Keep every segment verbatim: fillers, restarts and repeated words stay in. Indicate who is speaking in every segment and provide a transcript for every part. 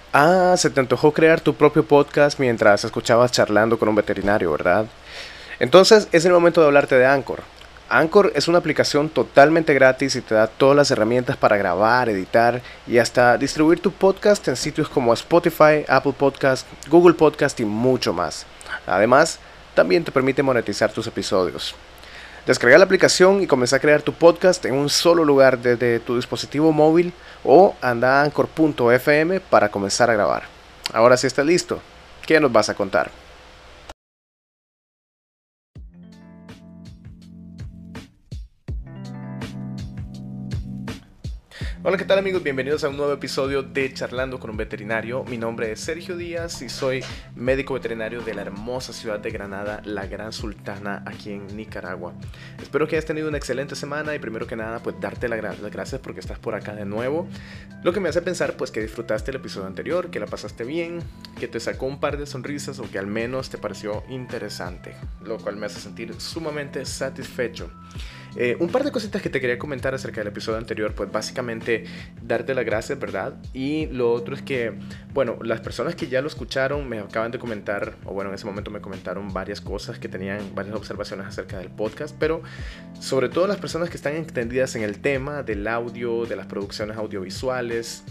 Speaker 1: Ah, se te antojó crear tu propio podcast mientras escuchabas charlando con un veterinario, ¿verdad? Entonces es el momento de hablarte de Anchor. Anchor es una aplicación totalmente gratis y te da todas las herramientas para grabar, editar y hasta distribuir tu podcast en sitios como Spotify, Apple Podcast, Google Podcast y mucho más. Además, también te permite monetizar tus episodios. Descarga la aplicación y comienza a crear tu podcast en un solo lugar desde tu dispositivo móvil o anda a anchor punto f m para comenzar a grabar. Ahora sí estás listo. ¿Qué nos vas a contar? Hola, ¿qué tal amigos? Bienvenidos a un nuevo episodio de Charlando con un Veterinario. Mi nombre es Sergio Díaz y soy médico veterinario de la hermosa ciudad de Granada, la Gran Sultana, aquí en Nicaragua. Espero que hayas tenido una excelente semana y primero que nada, pues darte las gracias porque estás por acá de nuevo. Lo que me hace pensar, pues que disfrutaste el episodio anterior, que la pasaste bien, que te sacó un par de sonrisas o que al menos te pareció interesante, lo cual me hace sentir sumamente satisfecho. Eh, un par de cositas que te quería comentar acerca del episodio anterior, pues básicamente darte las gracias, ¿verdad? Y lo otro es que, bueno, las personas que ya lo escucharon me acaban de comentar, o bueno, en ese momento me comentaron varias cosas que tenían varias observaciones acerca del podcast, pero sobre todo las personas que están entendidas en el tema del audio, de las producciones audiovisuales,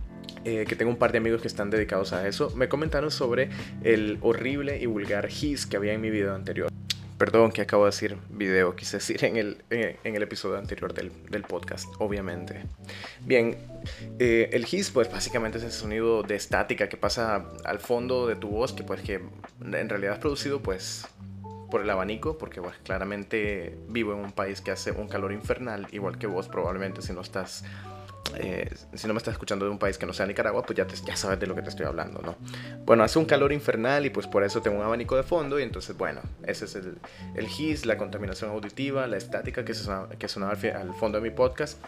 Speaker 1: Eh, que tengo un par de amigos que están dedicados a eso, me comentaron sobre el horrible y vulgar hiss que había en mi video anterior. Perdón que acabo de decir video, quise decir en el, en el episodio anterior del, del podcast, obviamente. Bien, eh, el hiss pues básicamente es el sonido de estática que pasa al fondo de tu voz, que pues que en realidad es producido pues por el abanico, porque pues claramente vivo en un país que hace un calor infernal, igual que vos probablemente si no estás... Eh, si no me estás escuchando de un país que no sea Nicaragua, pues ya, te, ya sabes de lo que te estoy hablando, ¿no? Bueno, hace un calor infernal y pues por eso tengo un abanico de fondo y entonces, bueno, ese es el, el hiss, la contaminación auditiva, la estática que sonaba, que sonaba al, al fondo de mi podcast.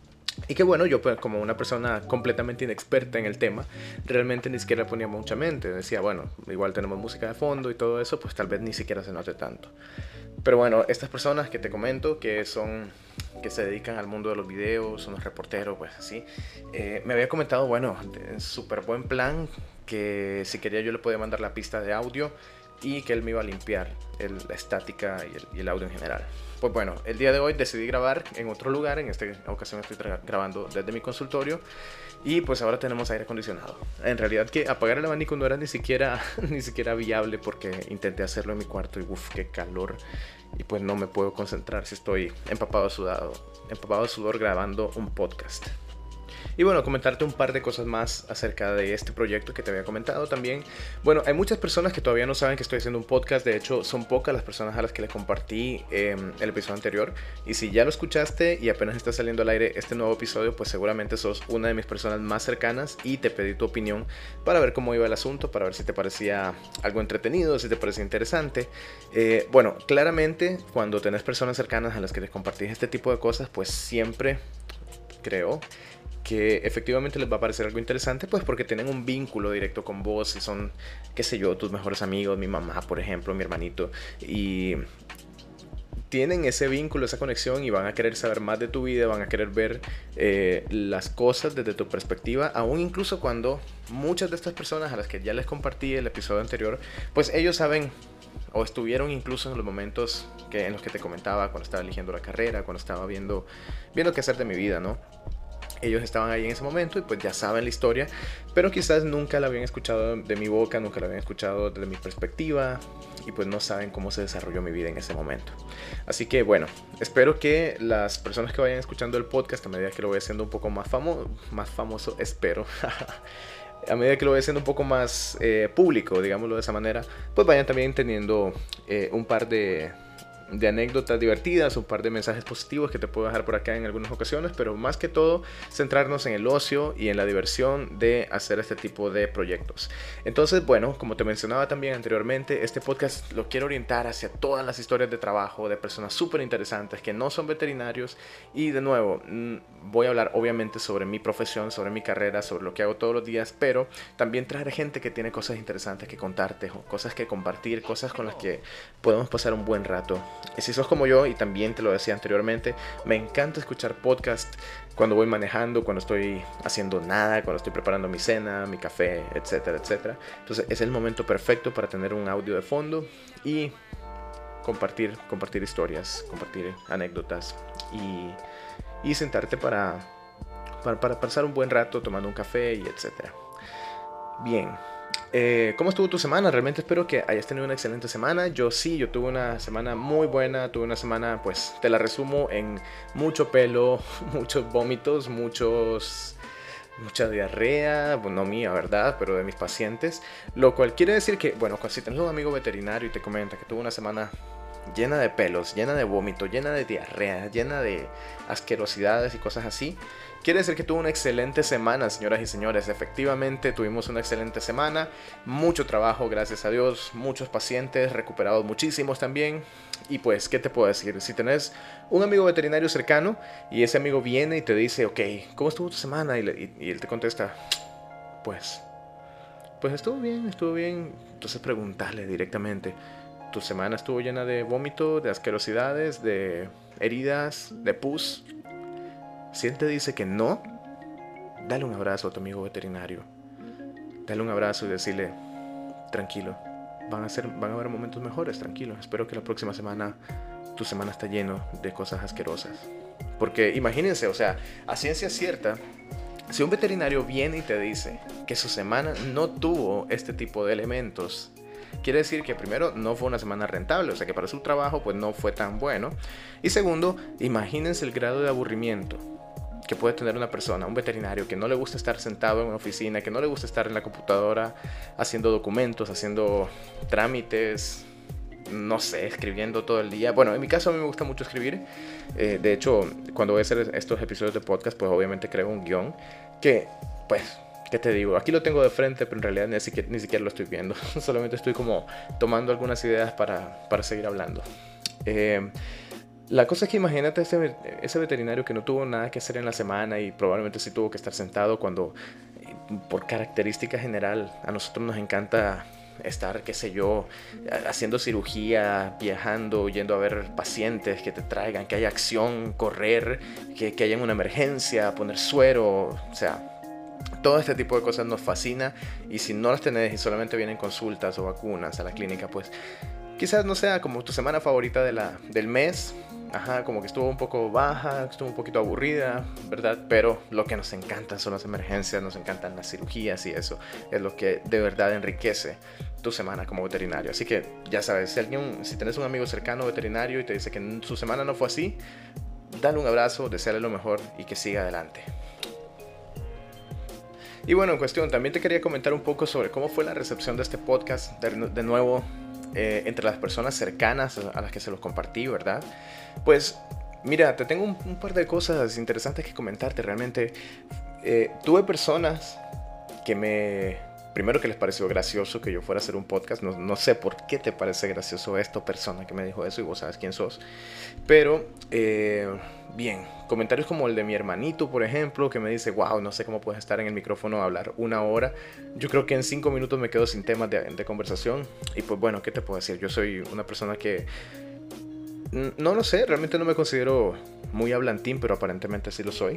Speaker 1: Y que bueno, yo pues, como una persona completamente inexperta en el tema, realmente ni siquiera ponía mucha mente. Decía, bueno, igual tenemos música de fondo y todo eso, pues tal vez ni siquiera se note tanto. Pero bueno, estas personas que te comento, que son, que se dedican al mundo de los videos, son los reporteros, pues así, eh, me había comentado, bueno, súper buen plan, que si quería yo le podía mandar la pista de audio y que él me iba a limpiar el, la estática y el, y el audio en general. Pues bueno, el día de hoy decidí grabar en otro lugar, en esta ocasión estoy grabando desde mi consultorio y pues ahora tenemos aire acondicionado. En realidad que apagar el abanico no era ni siquiera, ni siquiera viable porque intenté hacerlo en mi cuarto y uff, qué calor. Y pues no me puedo concentrar si estoy empapado de sudado, empapado de sudor grabando un podcast. Y bueno, comentarte un par de cosas más acerca de este proyecto que te había comentado también. Bueno, hay muchas personas que todavía no saben que estoy haciendo un podcast. De hecho, son pocas las personas a las que le compartí eh, el episodio anterior. Y si ya lo escuchaste y apenas está saliendo al aire este nuevo episodio, pues seguramente sos una de mis personas más cercanas y te pedí tu opinión para ver cómo iba el asunto, para ver si te parecía algo entretenido, si te parecía interesante. Eh, bueno, claramente cuando tenés personas cercanas a las que les compartís este tipo de cosas, pues siempre creo que efectivamente les va a parecer algo interesante, pues porque tienen un vínculo directo con vos y son, qué sé yo, tus mejores amigos, mi mamá, por ejemplo, mi hermanito, y tienen ese vínculo, esa conexión y van a querer saber más de tu vida, van a querer ver eh, las cosas desde tu perspectiva, aún incluso cuando muchas de estas personas a las que ya les compartí el episodio anterior, pues ellos saben o estuvieron incluso en los momentos que, en los que te comentaba, cuando estaba eligiendo la carrera, cuando estaba viendo, viendo qué hacer de mi vida, ¿no? Ellos estaban ahí en ese momento y pues ya saben la historia, pero quizás nunca la habían escuchado de mi boca, nunca la habían escuchado desde mi perspectiva y pues no saben cómo se desarrolló mi vida en ese momento. Así que bueno, espero que las personas que vayan escuchando el podcast a medida que lo voy haciendo un poco más, famo más famoso, espero, a medida que lo voy haciendo un poco más eh, público, digámoslo de esa manera, pues vayan también teniendo eh, un par de... de anécdotas divertidas, un par de mensajes positivos que te puedo dejar por acá en algunas ocasiones, pero más que todo centrarnos en el ocio y en la diversión de hacer este tipo de proyectos. Entonces, bueno, como te mencionaba también anteriormente, este podcast lo quiero orientar hacia todas las historias de trabajo de personas súper interesantes que no son veterinarios y de nuevo, voy a hablar obviamente sobre mi profesión, sobre mi carrera, sobre lo que hago todos los días, pero también traer gente que tiene cosas interesantes que contarte, cosas que compartir, cosas con las que podemos pasar un buen rato Y si sos como yo, y también te lo decía anteriormente, me encanta escuchar podcast cuando voy manejando, cuando estoy haciendo nada, cuando estoy preparando mi cena, mi café, etcétera, etcétera. Entonces es el momento perfecto para tener un audio de fondo y compartir, compartir historias, compartir anécdotas y, y sentarte para, para, para pasar un buen rato tomando un café y etcétera. Bien. Eh, ¿Cómo estuvo tu semana? Realmente espero que hayas tenido una excelente semana. Yo sí, yo tuve una semana muy buena. Tuve una semana, pues, te la resumo en mucho pelo, muchos vómitos, muchos... mucha diarrea, bueno, no mía, ¿verdad? Pero de mis pacientes. Lo cual quiere decir que, bueno, si tienes un amigo veterinario y te comenta que tuvo una semana llena de pelos, llena de vómito, llena de diarrea, llena de asquerosidades y cosas así, quiere decir que tuvo una excelente semana, señoras y señores. Efectivamente tuvimos una excelente semana, mucho trabajo, gracias a Dios, muchos pacientes, recuperados muchísimos también. Y pues, ¿qué te puedo decir? Si tenés un amigo veterinario cercano y ese amigo viene y te dice, ok, ¿cómo estuvo tu semana? Y, le, y, y él te contesta, pues, pues estuvo bien, estuvo bien. Entonces preguntarle directamente, ¿tu semana estuvo llena de vómito, de asquerosidades, de heridas, de pus? Si él te dice que no, dale un abrazo a tu amigo veterinario. Dale un abrazo y decirle, tranquilo, van a, ser, van a haber momentos mejores, tranquilo. Espero que la próxima semana tu semana esté lleno de cosas asquerosas. Porque imagínense, o sea, a ciencia cierta, si un veterinario viene y te dice que su semana no tuvo este tipo de elementos, quiere decir que primero no fue una semana rentable, o sea que para su trabajo pues no fue tan bueno. Y segundo, imagínense el grado de aburrimiento que puede tener una persona, un veterinario, que no le gusta estar sentado en una oficina, que no le gusta estar en la computadora haciendo documentos, haciendo trámites, no sé, escribiendo todo el día. Bueno, en mi caso a mí me gusta mucho escribir. Eh, de hecho, cuando voy a hacer estos episodios de podcast, pues obviamente creo un guión que, pues, ¿qué te digo? Aquí lo tengo de frente, pero en realidad ni siquiera, ni siquiera lo estoy viendo. Solamente estoy como tomando algunas ideas para, para seguir hablando. Eh, La cosa es que imagínate ese, ese veterinario que no tuvo nada que hacer en la semana y probablemente sí tuvo que estar sentado cuando, por característica general, a nosotros nos encanta estar, qué sé yo, haciendo cirugía, viajando, yendo a ver pacientes que te traigan, que haya acción, correr, que, que haya una emergencia, poner suero, o sea... Todo este tipo de cosas nos fascina, y si no las tenés y solamente vienen consultas o vacunas a la clínica, pues quizás no sea como tu semana favorita de la, del mes. Ajá, como que estuvo un poco baja, estuvo un poquito aburrida, ¿verdad? Pero lo que nos encantan son las emergencias, nos encantan las cirugías, y eso es lo que de verdad enriquece tu semana como veterinario. Así que ya sabes, si, alguien, si tenés un amigo cercano veterinario y te dice que su semana no fue así, dale un abrazo, deseale lo mejor y que siga adelante. Y bueno, en cuestión, también te quería comentar un poco sobre cómo fue la recepción de este podcast, de, de nuevo, eh, entre las personas cercanas a las que se los compartí, ¿verdad? Pues, mira, te tengo un, un par de cosas interesantes que comentarte. Realmente, eh, tuve personas que me... Primero, que les pareció gracioso que yo fuera a hacer un podcast. No, no sé por qué te parece gracioso esto, persona que me dijo eso, y vos sabes quién sos. Pero, eh, bien, comentarios como el de mi hermanito, por ejemplo, que me dice, wow, no sé cómo puedes estar en el micrófono a hablar una hora. Yo creo que en cinco minutos me quedo sin temas de, de conversación. Y pues bueno, ¿qué te puedo decir? Yo soy una persona que... No lo sé, realmente no me considero muy hablantín, pero aparentemente sí lo soy.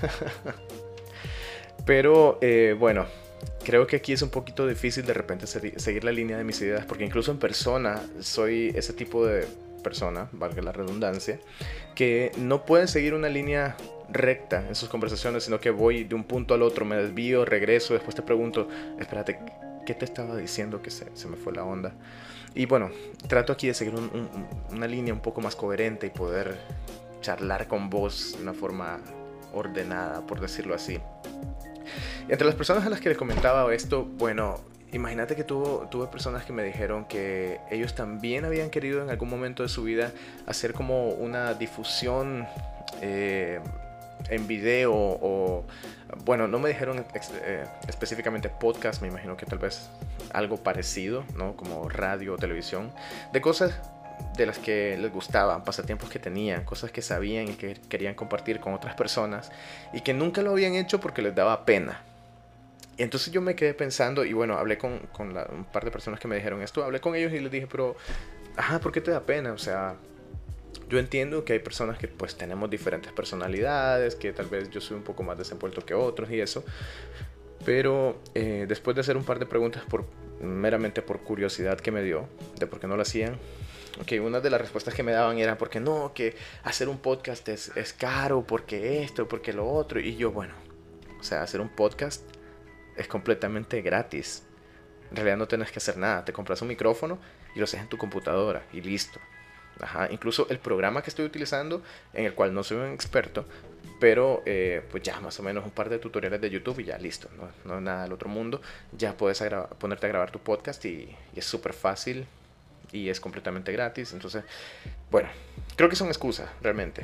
Speaker 1: Pero, eh, bueno... Creo que aquí es un poquito difícil de repente seguir la línea de mis ideas, porque incluso en persona soy ese tipo de persona, valga la redundancia, que no puede seguir una línea recta en sus conversaciones, sino que voy de un punto al otro, me desvío, regreso, después te pregunto, espérate, ¿qué te estaba diciendo que se, se me fue la onda? Y bueno, trato aquí de seguir un, un, una línea un poco más coherente y poder charlar con vos de una forma ordenada, por decirlo así. Y entre las personas a las que les comentaba esto, bueno, imagínate que tuvo, tuve personas que me dijeron que ellos también habían querido en algún momento de su vida hacer como una difusión eh, en video o, bueno, no me dijeron ex, eh, específicamente podcast, me imagino que tal vez algo parecido, ¿no? Como radio o televisión, de cosas de las que les gustaban, pasatiempos que tenían, cosas que sabían y que querían compartir con otras personas y que nunca lo habían hecho porque les daba pena. Y entonces yo me quedé pensando, y bueno, hablé con, con la, un par de personas que me dijeron esto, hablé con ellos y les dije, pero, ajá, ¿por qué te da pena? O sea, Yo entiendo que hay personas que pues tenemos diferentes personalidades, que tal vez yo soy un poco más desenvuelto que otros y eso, pero eh, después de hacer un par de preguntas por, meramente por curiosidad que me dio, de por qué no lo hacían, okay, una de las respuestas que me daban era porque no, que hacer un podcast es, es caro, porque esto, porque lo otro, y yo, bueno, o sea, hacer un podcast es completamente gratis. En realidad no tienes que hacer nada, te compras un micrófono y lo haces en tu computadora y listo. Ajá, incluso el programa que estoy utilizando, en el cual no soy un experto, pero eh, pues ya más o menos un par de tutoriales de YouTube y ya listo, no, no es nada del otro mundo, ya puedes agra- ponerte a grabar tu podcast y, y es súper fácil y es completamente gratis, entonces, bueno, creo que son excusas realmente.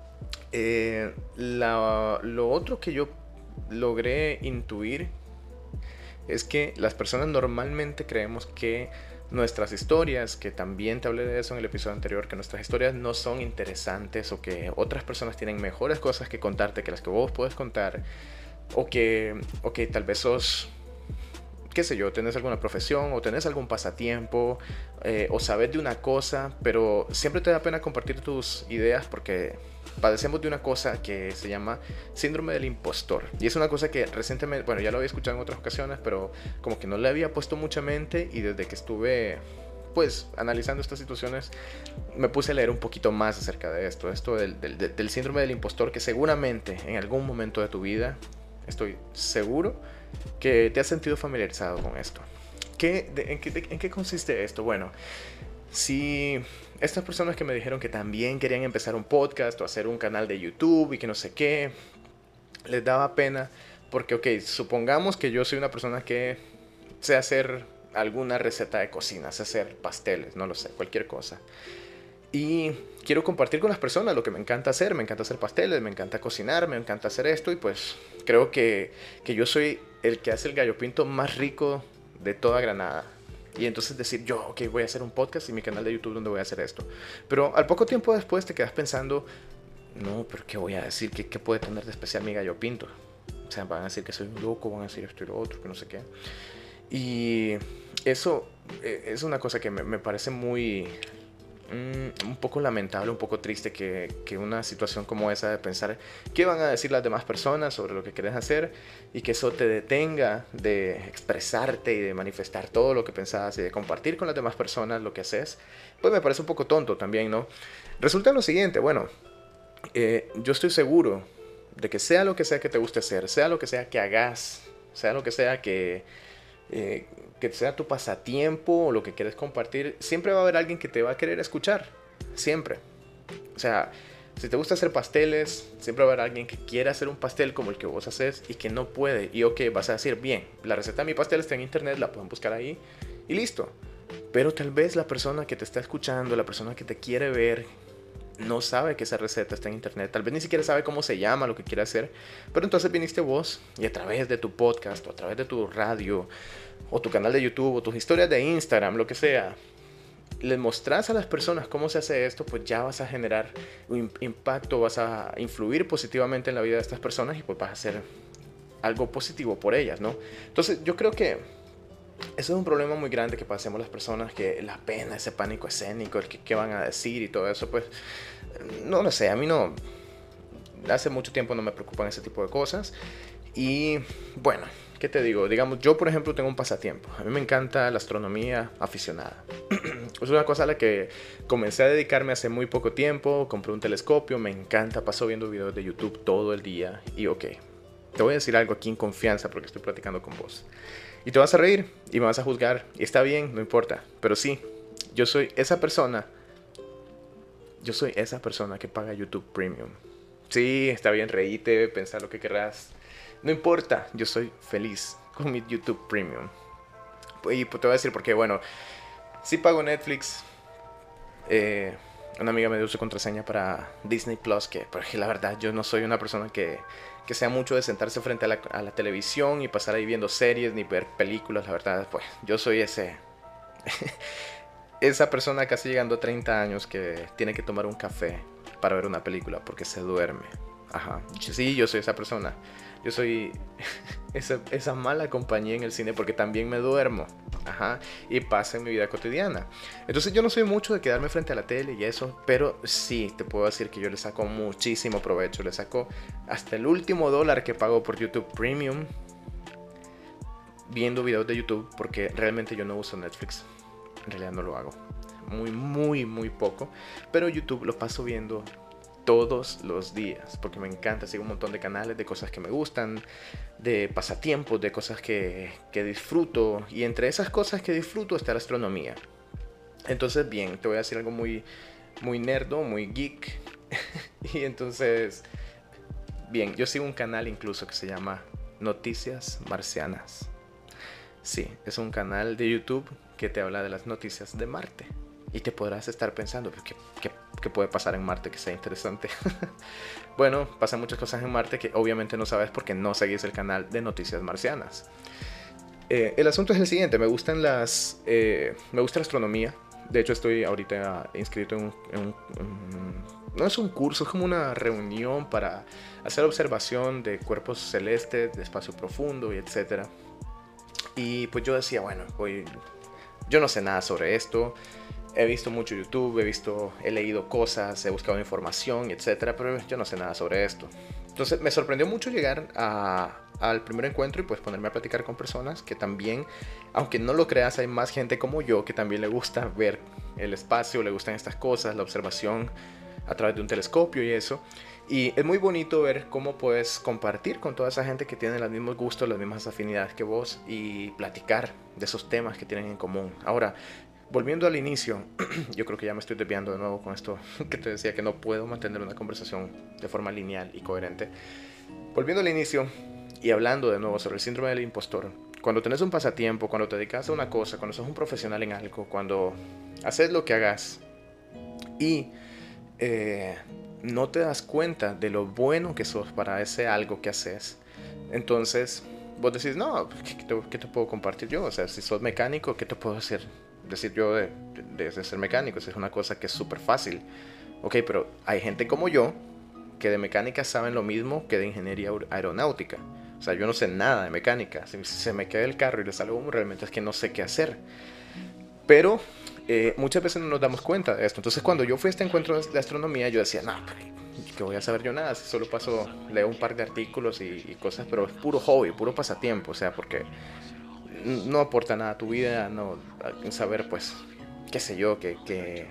Speaker 1: Eh, la- lo otro que yo logré intuir es que las personas normalmente creemos que nuestras historias, que también te hablé de eso en el episodio anterior, que nuestras historias no son interesantes o que otras personas tienen mejores cosas que contarte que las que vos puedes contar, o que, o que tal vez sos, qué sé yo, tenés alguna profesión o tenés algún pasatiempo eh, o sabes de una cosa, pero siempre te da pena compartir tus ideas porque padecemos de una cosa que se llama síndrome del impostor. Y es una cosa que recientemente, bueno, ya lo había escuchado en otras ocasiones, pero como que no le había puesto mucha mente y desde que estuve pues analizando estas situaciones me puse a leer un poquito más acerca de esto, esto del, del, del síndrome del impostor, que seguramente en algún momento de tu vida, estoy seguro, que te has sentido familiarizado con esto. ¿Qué, de, en, qué, de, ¿En qué consiste esto? Bueno, si estas personas que me dijeron que también querían empezar un podcast o hacer un canal de YouTube y que no sé qué, les daba pena porque, ok, supongamos que yo soy una persona que sé hacer alguna receta de cocina, sé hacer pasteles, no lo sé, cualquier cosa. Y quiero compartir con las personas lo que me encanta hacer. Me encanta hacer pasteles, me encanta cocinar, me encanta hacer esto. Y pues creo que, que yo soy el que hace el gallo pinto más rico de toda Granada. Y entonces decir, yo, ok, voy a hacer un podcast y mi canal de YouTube donde voy a hacer esto. Pero al poco tiempo después te quedas pensando, no, pero ¿qué voy a decir? ¿Qué, qué puede tener de especial mi gallo pinto? O sea, van a decir que soy un loco, van a decir esto y lo otro, que no sé qué. Y eso es una cosa que me, me parece muy... un poco lamentable, un poco triste que, que una situación como esa de pensar qué van a decir las demás personas sobre lo que quieres hacer y que eso te detenga de expresarte y de manifestar todo lo que pensabas y de compartir con las demás personas lo que haces, pues me parece un poco tonto también, ¿no? Resulta lo siguiente, bueno, eh, yo estoy seguro de que sea lo que sea que te guste hacer, sea lo que sea que hagas, sea lo que sea que... Eh, que sea tu pasatiempo o lo que quieres compartir, siempre va a haber alguien que te va a querer escuchar, siempre. O sea, si te gusta hacer pasteles, siempre va a haber alguien que quiera hacer un pastel como el que vos haces y que no puede. Y ok, vas a decir, bien, la receta de mi pastel está en internet, la pueden buscar ahí y listo. Pero tal vez la persona que te está escuchando, la persona que te quiere ver, no sabe que esa receta está en internet, tal vez ni siquiera sabe cómo se llama lo que quiere hacer, pero entonces viniste vos y a través de tu podcast o a través de tu radio o tu canal de YouTube o tus historias de Instagram, lo que sea, les mostrás a las personas cómo se hace esto, pues ya vas a generar un impacto, vas a influir positivamente en la vida de estas personas y pues vas a hacer algo positivo por ellas, ¿no? Entonces yo creo que eso es un problema muy grande que pasemos las personas, que la pena, ese pánico escénico, el que qué van a decir y todo eso, pues no lo sé, a mí no, hace mucho tiempo no me preocupan ese tipo de cosas. Y bueno, ¿qué te digo? Digamos, yo por ejemplo tengo un pasatiempo, a mí me encanta la astronomía aficionada. Es una cosa a la que comencé a dedicarme hace muy poco tiempo, compré un telescopio, me encanta, paso viendo videos de YouTube todo el día y ok, te voy a decir algo aquí en confianza porque estoy platicando con vos. Y te vas a reír y me vas a juzgar. Y está bien, no importa. Pero sí, yo soy esa persona. Yo soy esa persona que paga YouTube Premium. Sí, está bien, reíte, pensar lo que querrás. No importa, yo soy feliz con mi YouTube Premium. Y te voy a decir porque, bueno, sí pago Netflix. Eh, una amiga me dio su contraseña para Disney Plus, que porque la verdad yo no soy una persona que... que sea mucho de sentarse frente a la, a la televisión y pasar ahí viendo series ni ver películas, la verdad, pues yo soy ese esa persona casi llegando a treinta años que tiene que tomar un café para ver una película porque se duerme. Ajá, sí, yo soy esa persona. Yo soy esa, esa mala compañía en el cine porque también me duermo. Ajá, y pasa en mi vida cotidiana. Entonces yo no soy mucho de quedarme frente a la tele y eso, pero sí te puedo decir que yo le saco muchísimo provecho. Le saco hasta el último dólar que pago por YouTube Premium viendo videos de YouTube, porque realmente yo no uso Netflix. En realidad no lo hago. Muy, muy, muy poco. Pero YouTube lo paso viendo todos los días, porque me encanta. Sigo un montón de canales de cosas que me gustan, de pasatiempos, de cosas que, que disfruto, y entre esas cosas que disfruto está la astronomía. Entonces, bien, te voy a decir algo muy, muy nerdo, muy geek. Y entonces, bien, yo sigo un canal incluso que se llama Noticias Marcianas. Sí, es un canal de YouTube que te habla de las noticias de Marte. Y te podrás estar pensando, ¿qué, qué, qué puede pasar en Marte que sea interesante? Bueno, pasan muchas cosas en Marte que obviamente no sabes porque no seguís el canal de Noticias Marcianas. Eh, el asunto es el siguiente, me gustan las... Eh, me gusta la astronomía. De hecho, estoy ahorita inscrito en un, en un, un... No es un curso, es como una reunión para hacer observación de cuerpos celestes, de espacio profundo y etcétera. Y pues yo decía, bueno, voy... yo no sé nada sobre esto. He visto mucho YouTube, he visto, he leído cosas, he buscado información, etcétera, pero yo no sé nada sobre esto. Entonces me sorprendió mucho llegar a, al primer encuentro y pues ponerme a platicar con personas que también, aunque no lo creas, hay más gente como yo que también le gusta ver el espacio, le gustan estas cosas, la observación a través de un telescopio y eso. Y es muy bonito ver cómo puedes compartir con toda esa gente que tiene los mismos gustos, las mismas afinidades que vos y platicar de esos temas que tienen en común. Ahora, volviendo al inicio, yo creo que ya me estoy desviando de nuevo con esto que te decía que no puedo mantener una conversación de forma lineal y coherente. Volviendo al inicio y hablando de nuevo sobre el síndrome del impostor, cuando tenés un pasatiempo, cuando te dedicas a una cosa, cuando sos un profesional en algo, cuando haces lo que hagas y eh, no te das cuenta de lo bueno que sos para ese algo que haces, entonces vos decís, no, ¿qué te, qué te puedo compartir yo? O sea, si sos mecánico, ¿qué te puedo hacer? decir yo de, de, de ser mecánico? Es una cosa que es súper fácil. Ok, pero hay gente como yo que de mecánica saben lo mismo que de ingeniería aeronáutica. O sea, yo no sé nada de mecánica. Si se me queda el carro y le sale humo, realmente es que no sé qué hacer. Pero eh, muchas veces no nos damos cuenta de esto. Entonces, cuando yo fui a este encuentro de astronomía, yo decía, no, que voy a saber yo nada. Si solo paso, leo un par de artículos y, y cosas, pero es puro hobby, puro pasatiempo. O sea, porque no aporta nada a tu vida, no saber, pues, qué sé yo, que, que,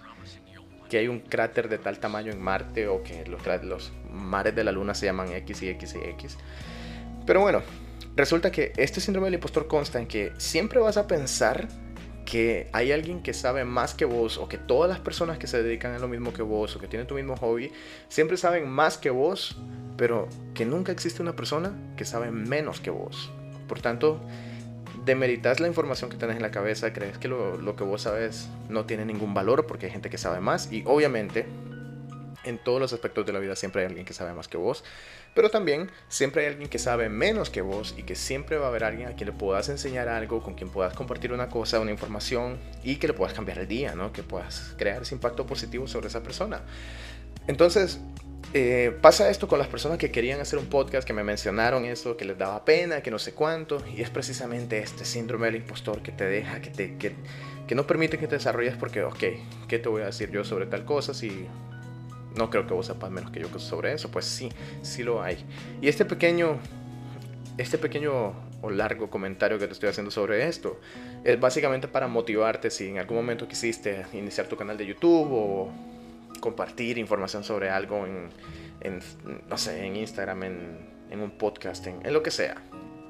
Speaker 1: que hay un cráter de tal tamaño en Marte o que los, los mares de la Luna se llaman X y X y X. Pero bueno, resulta que este síndrome del impostor consta en que siempre vas a pensar que hay alguien que sabe más que vos, o que todas las personas que se dedican a lo mismo que vos o que tienen tu mismo hobby siempre saben más que vos, pero que nunca existe una persona que sabe menos que vos. Por tanto, demeritas la información que tenés en la cabeza, crees que lo, lo que vos sabes no tiene ningún valor porque hay gente que sabe más, y obviamente en todos los aspectos de la vida siempre hay alguien que sabe más que vos, pero también siempre hay alguien que sabe menos que vos, y que siempre va a haber alguien a quien le puedas enseñar algo, con quien puedas compartir una cosa, una información, y que le puedas cambiar el día, ¿no? Que puedas crear ese impacto positivo sobre esa persona. Entonces, Eh, pasa esto con las personas que querían hacer un podcast, que me mencionaron eso, que les daba pena, que no sé cuánto, y es precisamente este síndrome del impostor que te deja, que, te, que, que no permite que te desarrolles porque, ok, ¿qué te voy a decir yo sobre tal cosa si no creo que vos sepas menos que yo sobre eso? Pues sí, sí lo hay. Y este pequeño, este pequeño o largo comentario que te estoy haciendo sobre esto es básicamente para motivarte si en algún momento quisiste iniciar tu canal de YouTube o compartir información sobre algo en, en no sé, en Instagram, en, en un podcast, en, en lo que sea.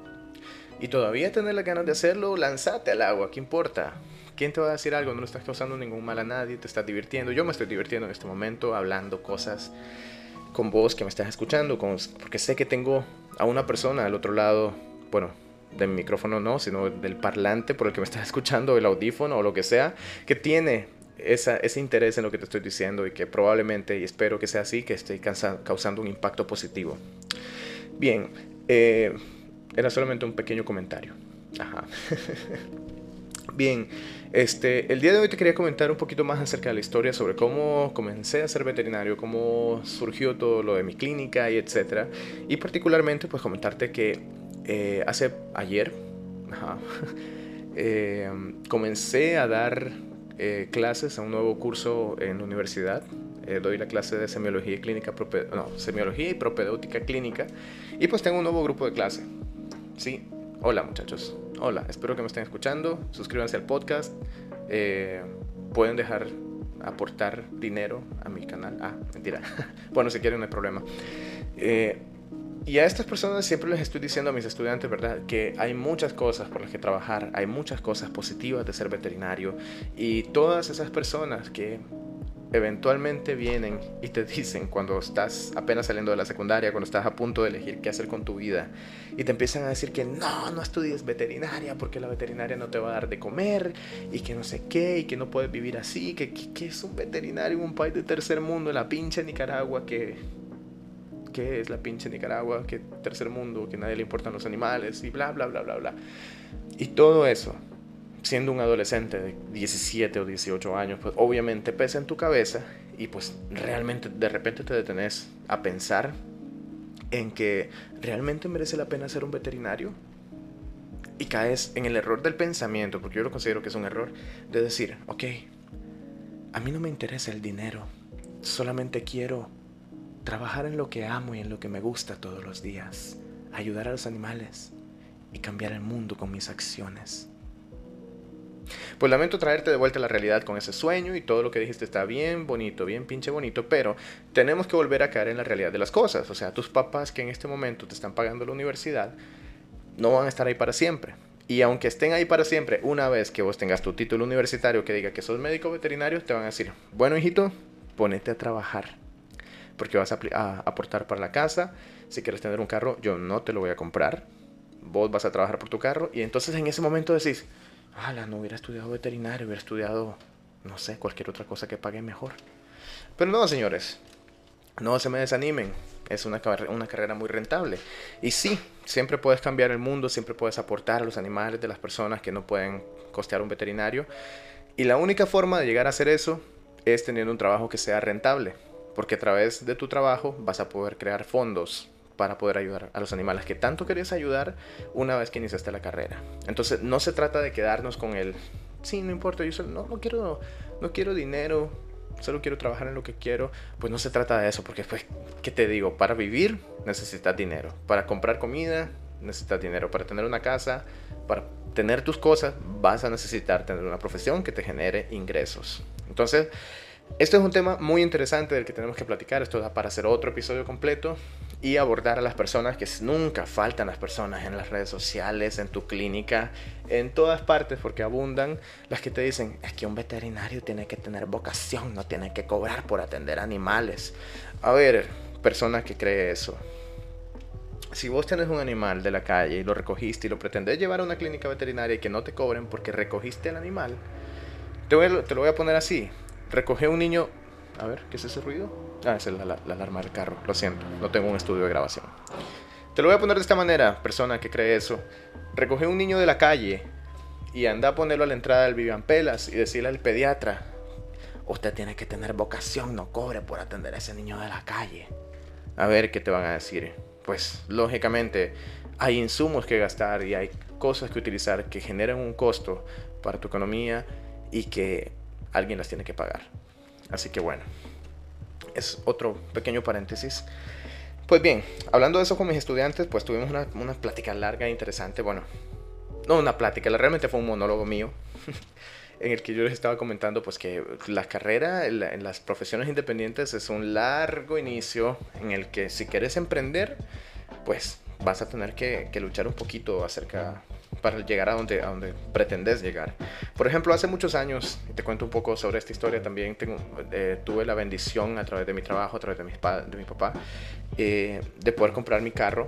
Speaker 1: Y todavía tener las ganas de hacerlo, lanzate al agua, ¿qué importa? ¿Quién te va a decir algo? No le estás causando ningún mal a nadie, te estás divirtiendo. Yo me estoy divirtiendo en este momento hablando cosas con vos que me estás escuchando, con, porque sé que tengo a una persona al otro lado, bueno, del micrófono no, sino del parlante por el que me estás escuchando, el audífono o lo que sea, que tiene Esa, ese interés en lo que te estoy diciendo, y que probablemente, y espero que sea así, que esté causando un impacto positivo. Bien, eh, era solamente un pequeño comentario. Ajá. Bien, este, el día de hoy te quería comentar un poquito más acerca de la historia sobre cómo comencé a ser veterinario, cómo surgió todo lo de mi clínica y etcétera. Y particularmente pues comentarte que eh, hace ayer ajá, eh, comencé a dar eh, clases a un nuevo curso en la universidad. Eh, doy la clase de semiología y clínica, prope- no, semiología y propedéutica clínica, y pues tengo un nuevo grupo de clase. Sí, hola muchachos, hola, espero que me estén escuchando, suscríbanse al podcast, eh, pueden dejar aportar dinero a mi canal, ah, mentira, bueno, si quieren no hay problema. Eh, y a estas personas siempre les estoy diciendo a mis estudiantes, ¿verdad?, que hay muchas cosas por las que trabajar, hay muchas cosas positivas de ser veterinario, y todas esas personas que eventualmente vienen y te dicen cuando estás apenas saliendo de la secundaria, cuando estás a punto de elegir qué hacer con tu vida, y te empiezan a decir que no, no estudies veterinaria porque la veterinaria no te va a dar de comer y que no sé qué, y que no puedes vivir así, que, que, que es un veterinario en un país de tercer mundo, en la pinche Nicaragua, que, que es la pinche Nicaragua, que tercer mundo, que a nadie le importan los animales y bla, bla, bla, bla, bla. Y todo eso, siendo un adolescente de diecisiete o dieciocho años, pues obviamente pesa en tu cabeza y pues realmente de repente te detenés a pensar en que realmente merece la pena ser un veterinario y caes en el error del pensamiento, porque yo lo considero que es un error, de decir, ok, a mí no me interesa el dinero, solamente quiero trabajar en lo que amo y en lo que me gusta todos los días, ayudar a los animales y cambiar el mundo con mis acciones. Pues lamento traerte de vuelta a la realidad con ese sueño, y todo lo que dijiste está bien bonito, bien pinche bonito, pero tenemos que volver a caer en la realidad de las cosas. O sea, tus papás que en este momento te están pagando la universidad no van a estar ahí para siempre. Y aunque estén ahí para siempre, una vez que vos tengas tu título universitario que diga que sos médico veterinario, te van a decir, bueno hijito, ponete a trabajar, porque vas a, a aportar para la casa. Si quieres tener un carro, yo no te lo voy a comprar, vos vas a trabajar por tu carro. Y entonces en ese momento decís, ala, no hubiera estudiado veterinario, hubiera estudiado, no sé, cualquier otra cosa que pague mejor. Pero no, señores, no se me desanimen. Es una, car- una carrera muy rentable. Y sí, siempre puedes cambiar el mundo, siempre puedes aportar a los animales de las personas que no pueden costear un veterinario. Y la única forma de llegar a hacer eso es teniendo un trabajo que sea rentable. Porque a través de tu trabajo vas a poder crear fondos para poder ayudar a los animales que tanto querías ayudar una vez que iniciaste la carrera. Entonces no se trata de quedarnos con el, sí, no importa, yo solo, no, no, quiero, no quiero dinero, solo quiero trabajar en lo que quiero. Pues no se trata de eso, porque pues, ¿qué te digo? Para vivir necesitas dinero, para comprar comida necesitas dinero, para tener una casa, para tener tus cosas vas a necesitar tener una profesión que te genere ingresos. Entonces, esto es un tema muy interesante del que tenemos que platicar. Esto da para hacer otro episodio completo y abordar a las personas, que nunca faltan las personas en las redes sociales, en tu clínica, en todas partes, porque abundan las que te dicen, es que un veterinario tiene que tener vocación, no tiene que cobrar por atender animales. A ver, persona que cree eso, si vos tenés un animal de la calle y lo recogiste y lo pretendés llevar a una clínica veterinaria y que no te cobren porque recogiste el animal, te, voy a, te lo voy a poner así. Recoge un niño... A ver, ¿qué es ese ruido? Ah, esa es la, la, la alarma del carro. Lo siento, no tengo un estudio de grabación. Te lo voy a poner de esta manera, persona que cree eso. Recoge un niño de la calle y anda a ponerlo a la entrada del Vivian Pelas y decirle al pediatra, usted tiene que tener vocación, no cobre por atender a ese niño de la calle. A ver qué te van a decir. Pues, lógicamente, hay insumos que gastar y hay cosas que utilizar que generan un costo para tu economía y que alguien las tiene que pagar. Así que bueno, es otro pequeño paréntesis. Pues bien, hablando de eso con mis estudiantes, pues tuvimos una, una plática larga e interesante. Bueno, no una plática, realmente fue un monólogo mío en el que yo les estaba comentando pues que la carrera en, la, en las profesiones independientes es un largo inicio en el que si quieres emprender, pues vas a tener que, que luchar un poquito acerca para llegar a donde, a donde pretendes llegar. Por ejemplo, hace muchos años, y te cuento un poco sobre esta historia también, tengo, eh, tuve la bendición a través de mi trabajo, a través de mi, de mi papá, eh, de poder comprar mi carro.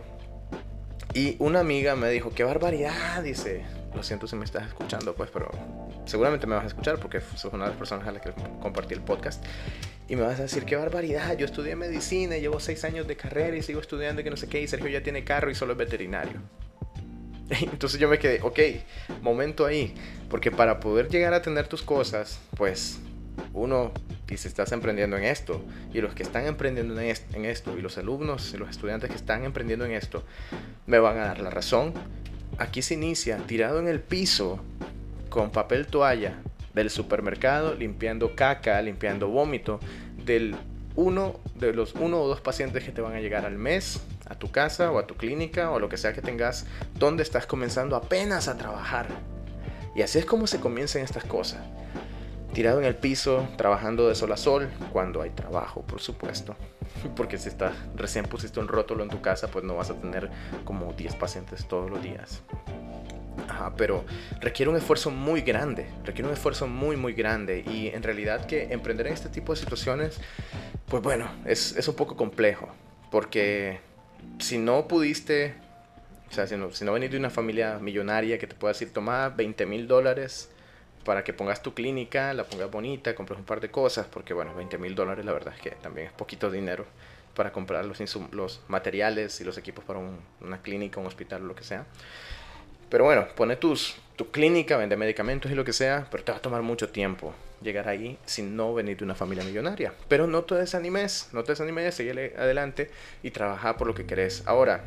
Speaker 1: Y una amiga me dijo, qué barbaridad, dice, lo siento si me estás escuchando, pues, pero seguramente me vas a escuchar porque sos una de las personas a las que compartí el podcast. Y me vas a decir, qué barbaridad, yo estudié medicina, llevo seis años de carrera y sigo estudiando y que no sé qué, y Sergio ya tiene carro y solo es veterinario. Entonces yo me quedé, ok, momento ahí, porque para poder llegar a tener tus cosas, pues uno, y si estás emprendiendo en esto, y los que están emprendiendo en, est en esto, y los alumnos y los estudiantes que están emprendiendo en esto, me van a dar la razón. Aquí se inicia tirado en el piso, con papel toalla, del supermercado, limpiando caca, limpiando vómito, del uno de los uno o dos pacientes que te van a llegar al mes a tu casa o a tu clínica o lo que sea que tengas, donde estás comenzando apenas a trabajar. Y así es como se comienzan estas cosas. Tirado en el piso, trabajando de sol a sol, cuando hay trabajo, por supuesto. Porque si estás, recién pusiste un rótulo en tu casa, pues no vas a tener como diez pacientes todos los días. Ajá, pero requiere un esfuerzo muy grande, requiere un esfuerzo muy muy grande, y en realidad que emprender en este tipo de situaciones, pues bueno, es, es un poco complejo, porque si no pudiste, o sea, si no, si no venís de una familia millonaria que te pueda decir, toma veinte mil dólares para que pongas tu clínica, la pongas bonita, compres un par de cosas, porque bueno, veinte mil dólares la verdad es que también es poquito dinero para comprar los, los materiales y los equipos para un, una clínica, un hospital o lo que sea. Pero bueno, pone tus, tu clínica, vende medicamentos y lo que sea, pero te va a tomar mucho tiempo llegar ahí sin no venir de una familia millonaria. Pero no te desanimes, no te desanimes, sigue adelante y trabaja por lo que querés. Ahora,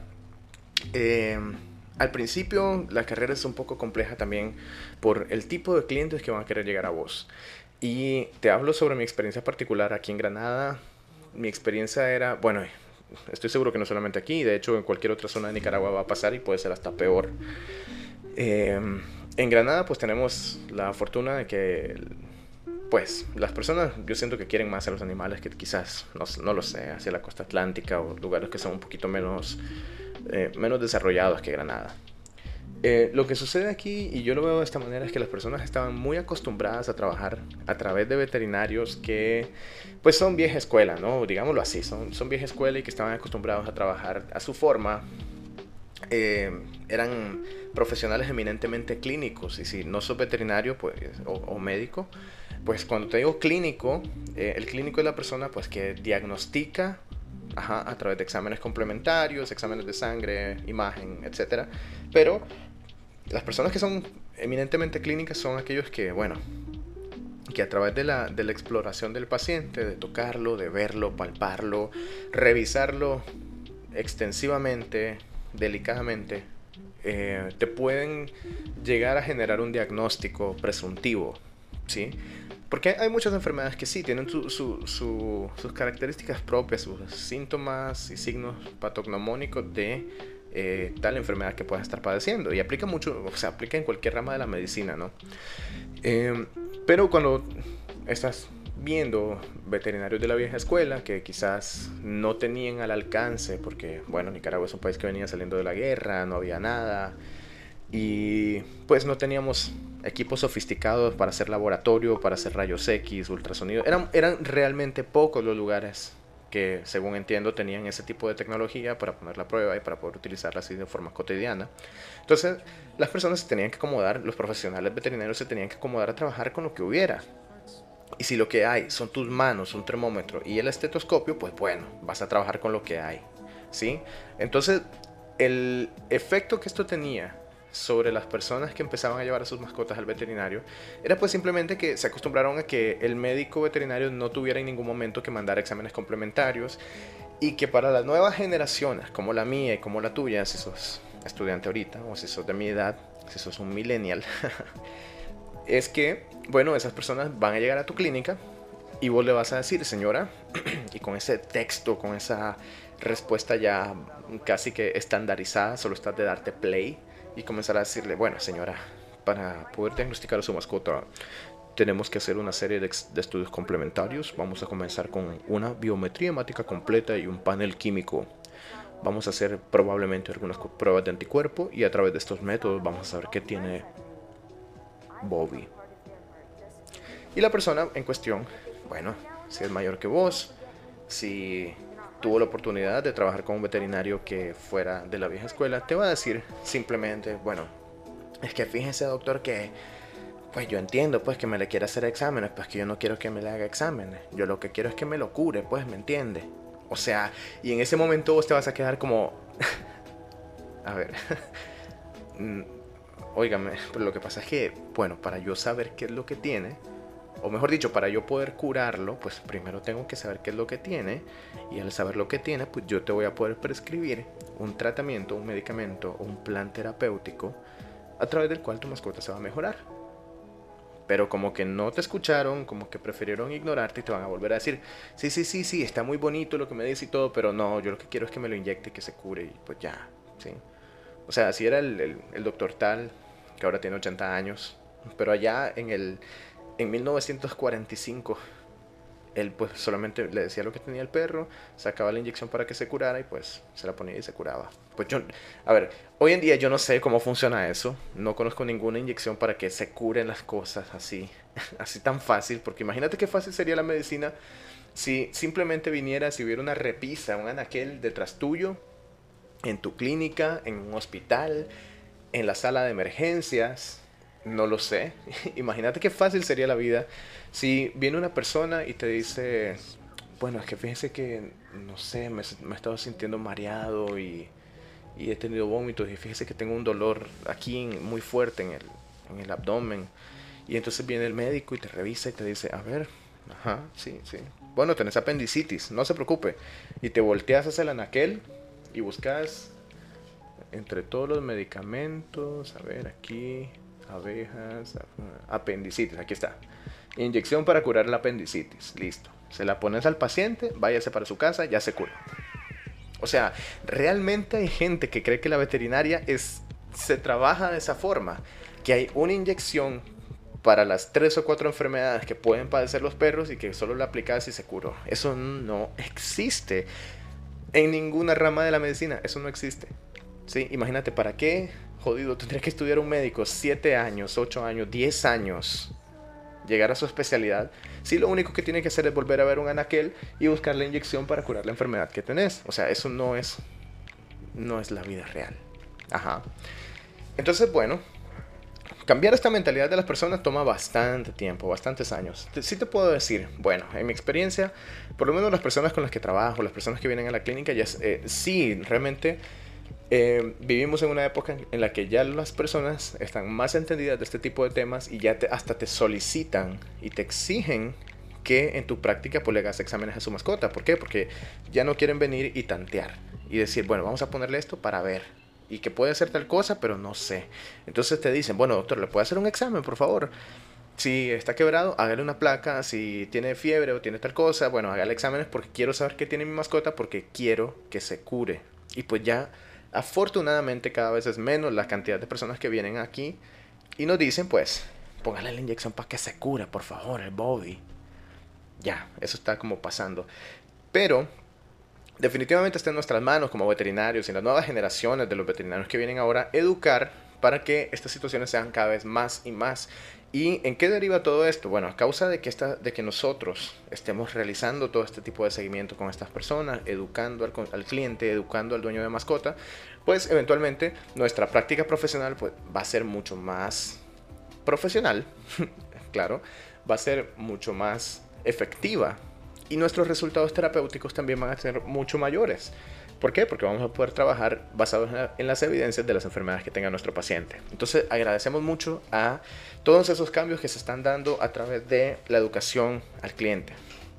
Speaker 1: eh, al principio la carrera es un poco compleja también por el tipo de clientes que van a querer llegar a vos. Y te hablo sobre mi experiencia particular aquí en Granada. Mi experiencia era, bueno, estoy seguro que no solamente aquí, de hecho en cualquier otra zona de Nicaragua va a pasar y puede ser hasta peor. Eh, en Granada pues tenemos la fortuna de que pues las personas, yo siento que quieren más a los animales que quizás, no, no lo sé, hacia la costa atlántica o lugares que son un poquito menos, eh, menos desarrollados que Granada. Eh, lo que sucede aquí, y yo lo veo de esta manera, es que las personas estaban muy acostumbradas a trabajar a través de veterinarios que pues son vieja escuela, ¿no? Digámoslo así, son, son vieja escuela y que estaban acostumbrados a trabajar a su forma. Eh, eran profesionales eminentemente clínicos, y si no sos veterinario pues, o, o médico, pues cuando te digo clínico, eh, el clínico es la persona pues que diagnostica, ajá, a través de exámenes complementarios, exámenes de sangre, imagen, etcétera. Pero las personas que son eminentemente clínicas son aquellos que, bueno, que a través de la, de la exploración del paciente, de tocarlo, de verlo, palparlo, revisarlo extensivamente, delicadamente, eh, te pueden llegar a generar un diagnóstico presuntivo, ¿sí? Porque hay muchas enfermedades que sí tienen su, su, su, sus características propias, sus síntomas y signos patognomónicos de eh, tal enfermedad que puedas estar padeciendo. Y aplica mucho, o sea, aplica en cualquier rama de la medicina, ¿no? Eh, pero cuando estás viendo veterinarios de la vieja escuela que quizás no tenían al alcance, porque, bueno, Nicaragua es un país que venía saliendo de la guerra, no había nada, y pues no teníamos equipos sofisticados para hacer laboratorio, para hacer rayos X, ultrasonido. Eran, eran realmente pocos los lugares que, según entiendo, tenían ese tipo de tecnología para poner la prueba y para poder utilizarla así de forma cotidiana. Entonces, las personas se tenían que acomodar, los profesionales veterinarios se tenían que acomodar a trabajar con lo que hubiera. Y si lo que hay son tus manos, un termómetro y el estetoscopio, pues bueno, vas a trabajar con lo que hay, ¿sí? Entonces, el efecto que esto tenía sobre las personas que empezaban a llevar a sus mascotas al veterinario era pues simplemente que se acostumbraron a que el médico veterinario no tuviera en ningún momento que mandar exámenes complementarios, y que para las nuevas generaciones como la mía y como la tuya, si sos estudiante ahorita o si sos de mi edad, si sos un millennial, es que, bueno, esas personas van a llegar a tu clínica y vos le vas a decir, señora, y con ese texto, con esa respuesta ya casi que estandarizada, solo estás de darte play y comenzar a decirle, bueno, señora, para poder diagnosticar a su mascota tenemos que hacer una serie de, de estudios complementarios. Vamos a comenzar con una biometría hemática completa y un panel químico. Vamos a hacer probablemente algunas pruebas de anticuerpo, y a través de estos métodos vamos a saber qué tiene Bobby. Y la persona en cuestión, bueno, si es mayor que vos, si tuvo la oportunidad de trabajar con un veterinario que fuera de la vieja escuela, te va a decir simplemente, bueno, es que fíjese, doctor, que pues yo entiendo pues que me le quiere hacer exámenes, pues que yo no quiero que me le haga exámenes, yo lo que quiero es que me lo cure, pues, ¿me entiende? O sea, y en ese momento vos te vas a quedar como a ver, mm, óigame, pero lo que pasa es que, bueno, para yo saber qué es lo que tiene, o mejor dicho, para yo poder curarlo, pues primero tengo que saber qué es lo que tiene, y al saber lo que tiene, pues yo te voy a poder prescribir un tratamiento, un medicamento, un plan terapéutico a través del cual tu mascota se va a mejorar. Pero como que no te escucharon, como que prefirieron ignorarte y te van a volver a decir, sí, sí, sí, sí, está muy bonito lo que me dice y todo, pero no, yo lo que quiero es que me lo inyecte y que se cure y pues ya, ¿sí? O sea, si era el, el, el doctor tal, que ahora tiene ochenta años, pero allá en el en mil novecientos cuarenta y cinco él pues solamente le decía lo que tenía el perro, sacaba la inyección para que se curara y pues se la ponía y se curaba. Pues yo, a ver, hoy en día yo no sé cómo funciona eso, no conozco ninguna inyección para que se curen las cosas así, así tan fácil, porque imagínate qué fácil sería la medicina si simplemente viniera, si hubiera una repisa, un anaquel detrás tuyo, en tu clínica, en un hospital, en la sala de emergencias, no lo sé. Imagínate qué fácil sería la vida si viene una persona y te dice, bueno, es que fíjese que, no sé, me, me he estado sintiendo mareado y, y he tenido vómitos y fíjese que tengo un dolor aquí en- muy fuerte en el, en el abdomen. Y entonces viene el médico y te revisa y te dice, a ver, ajá, sí, sí. Bueno, tenés apendicitis, no se preocupe. Y te volteas hacia el anaquel y buscas entre todos los medicamentos, a ver, aquí, abejas, apendicitis, aquí está. Inyección para curar la apendicitis, listo. Se la pones al paciente, váyase para su casa, ya se cura. O sea, realmente hay gente que cree que la veterinaria es, se trabaja de esa forma, que hay una inyección para las tres o cuatro enfermedades que pueden padecer los perros y que solo la aplicas y se curó. Eso no existe en ninguna rama de la medicina, eso no existe. Sí, imagínate, ¿para qué, jodido, tendría que estudiar un médico siete años, ocho años, diez años, llegar a su especialidad, si lo único que tiene que hacer es volver a ver un anaquel y buscar la inyección para curar la enfermedad que tenés? O sea, eso no es, no es la vida real. Ajá. Entonces, bueno, cambiar esta mentalidad de las personas toma bastante tiempo, bastantes años. Sí te puedo decir, bueno, en mi experiencia, por lo menos las personas con las que trabajo, las personas que vienen a la clínica, ya eh, sí, realmente eh, vivimos en una época en la que ya las personas están más entendidas de este tipo de temas y ya te, hasta te solicitan y te exigen que en tu práctica pues le hagas exámenes a su mascota. ¿Por qué? Porque ya no quieren venir y tantear y decir, bueno, vamos a ponerle esto para ver y que puede ser tal cosa, pero no sé. Entonces te dicen, bueno, doctor, ¿le puede hacer un examen, por favor? Si está quebrado, hágale una placa. Si tiene fiebre o tiene tal cosa, bueno, hágale exámenes porque quiero saber qué tiene mi mascota, porque quiero que se cure. Y pues ya, afortunadamente, cada vez es menos la cantidad de personas que vienen aquí y nos dicen, pues, póngale la inyección para que se cure, por favor, el Bobby. Ya, eso está como pasando. Pero definitivamente está en nuestras manos como veterinarios y en las nuevas generaciones de los veterinarios que vienen ahora, educar para que estas situaciones sean cada vez más y más. ¿Y en qué deriva todo esto? Bueno, a causa de que, esta, de que nosotros estemos realizando todo este tipo de seguimiento con estas personas, educando al, al cliente, educando al dueño de mascota, pues eventualmente nuestra práctica profesional pues, va a ser mucho más profesional, claro, va a ser mucho más efectiva y nuestros resultados terapéuticos también van a ser mucho mayores. ¿Por qué? Porque vamos a poder trabajar basados en las evidencias de las enfermedades que tenga nuestro paciente. Entonces agradecemos mucho a todos esos cambios que se están dando a través de la educación al cliente.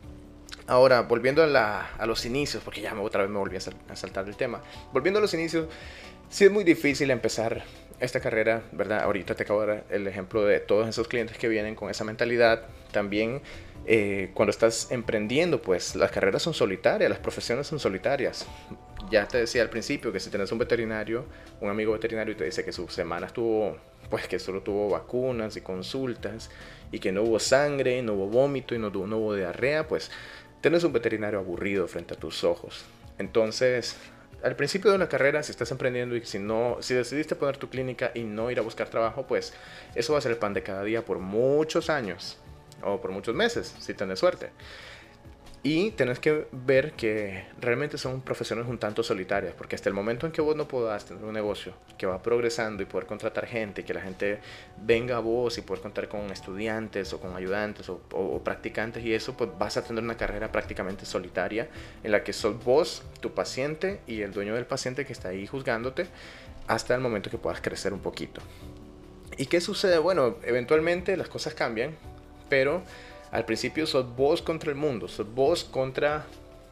Speaker 1: Ahora, volviendo a, la, a los inicios, porque ya otra vez me volví a, sal, a saltar el tema. Volviendo a los inicios, sí es muy difícil empezar esta carrera, ¿verdad? Ahorita te acabo de dar el ejemplo de todos esos clientes que vienen con esa mentalidad. También eh, cuando estás emprendiendo, pues las carreras son solitarias, las profesiones son solitarias. Ya te decía al principio que si tienes un veterinario, un amigo veterinario y te dice que su semana estuvo, pues que solo tuvo vacunas y consultas y que no hubo sangre, no hubo vómito y no, no hubo diarrea, pues tienes un veterinario aburrido frente a tus ojos. Entonces, al principio de la carrera, si estás emprendiendo y si no, si decidiste poner tu clínica y no ir a buscar trabajo, pues eso va a ser el pan de cada día por muchos años o por muchos meses, si tienes suerte. Y tenés que ver que realmente son profesiones un tanto solitarias, porque hasta el momento en que vos no podás tener un negocio que va progresando y poder contratar gente, que la gente venga a vos y poder contar con estudiantes o con ayudantes o, o, o practicantes y eso, pues vas a tener una carrera prácticamente solitaria en la que sos vos, tu paciente y el dueño del paciente que está ahí juzgándote hasta el momento que puedas crecer un poquito. ¿Y qué sucede? Bueno, eventualmente las cosas cambian, pero al principio sos vos contra el mundo, sos vos contra,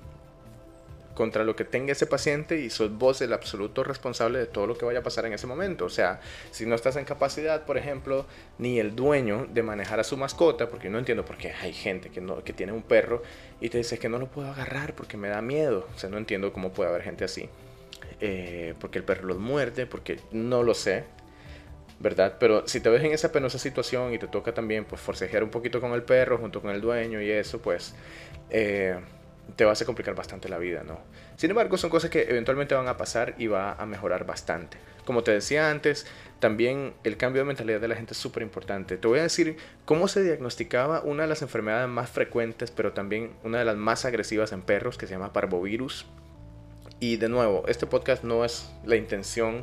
Speaker 1: contra lo que tenga ese paciente y sos vos el absoluto responsable de todo lo que vaya a pasar en ese momento. O sea, si no estás en capacidad, por ejemplo, ni el dueño de manejar a su mascota, porque no entiendo por qué hay gente que, no, que tiene un perro y te dice que no lo puedo agarrar porque me da miedo. O sea, no entiendo cómo puede haber gente así. Eh, porque el perro los muerde, porque no lo sé. ¿Verdad? Pero si te ves en esa penosa situación y te toca también pues forcejear un poquito con el perro junto con el dueño y eso, pues eh, te vas a complicar bastante la vida, ¿no? Sin embargo, son cosas que eventualmente van a pasar y va a mejorar bastante. Como te decía antes, también el cambio de mentalidad de la gente es súper importante. Te voy a decir cómo se diagnosticaba una de las enfermedades más frecuentes, pero también una de las más agresivas en perros, que se llama parvovirus. Y de nuevo, este podcast no es la intención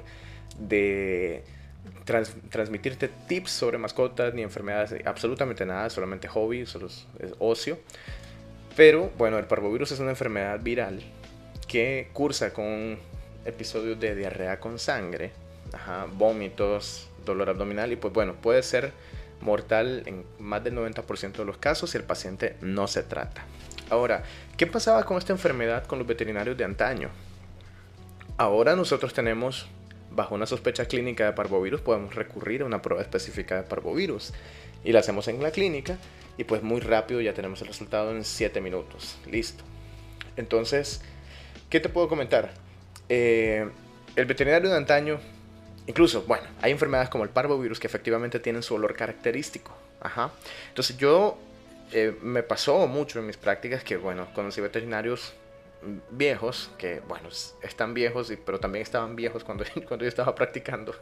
Speaker 1: de Trans, transmitirte tips sobre mascotas ni enfermedades, absolutamente nada, solamente hobby, solo es, es ocio. Pero bueno, el parvovirus es una enfermedad viral que cursa con episodios de diarrea con sangre, ajá, vómitos, dolor abdominal y pues bueno, puede ser mortal en más del noventa por ciento de los casos si el paciente no se trata. Ahora, ¿qué pasaba con esta enfermedad con los veterinarios de antaño? Ahora nosotros tenemos, bajo una sospecha clínica de parvovirus, podemos recurrir a una prueba específica de parvovirus y la hacemos en la clínica y pues muy rápido ya tenemos el resultado en siete minutos. Listo. Entonces, ¿qué te puedo comentar? Eh, el veterinario de antaño, incluso, bueno, hay enfermedades como el parvovirus que efectivamente tienen su olor característico. Ajá. Entonces yo, eh, me pasó mucho en mis prácticas que, bueno, conocí veterinarios viejos, que bueno, están viejos, pero también estaban viejos cuando, cuando yo estaba practicando,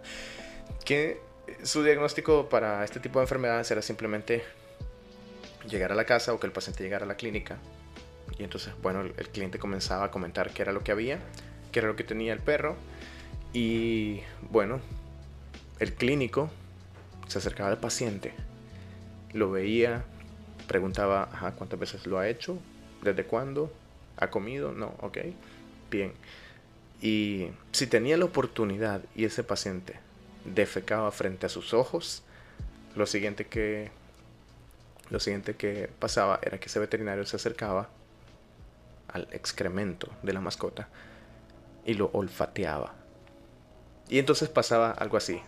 Speaker 1: que su diagnóstico para este tipo de enfermedades era simplemente llegar a la casa o que el paciente llegara a la clínica y entonces, bueno, el, el cliente comenzaba a comentar qué era lo que había, qué era lo que tenía el perro y bueno, el clínico se acercaba al paciente, lo veía, preguntaba, ajá, ¿cuántas veces lo ha hecho? ¿Desde cuándo? ¿Ha comido? No, ok, bien. Y si tenía la oportunidad y ese paciente defecaba frente a sus ojos, lo siguiente que, lo siguiente que pasaba era que ese veterinario se acercaba al excremento de la mascota y lo olfateaba. Y entonces pasaba algo así.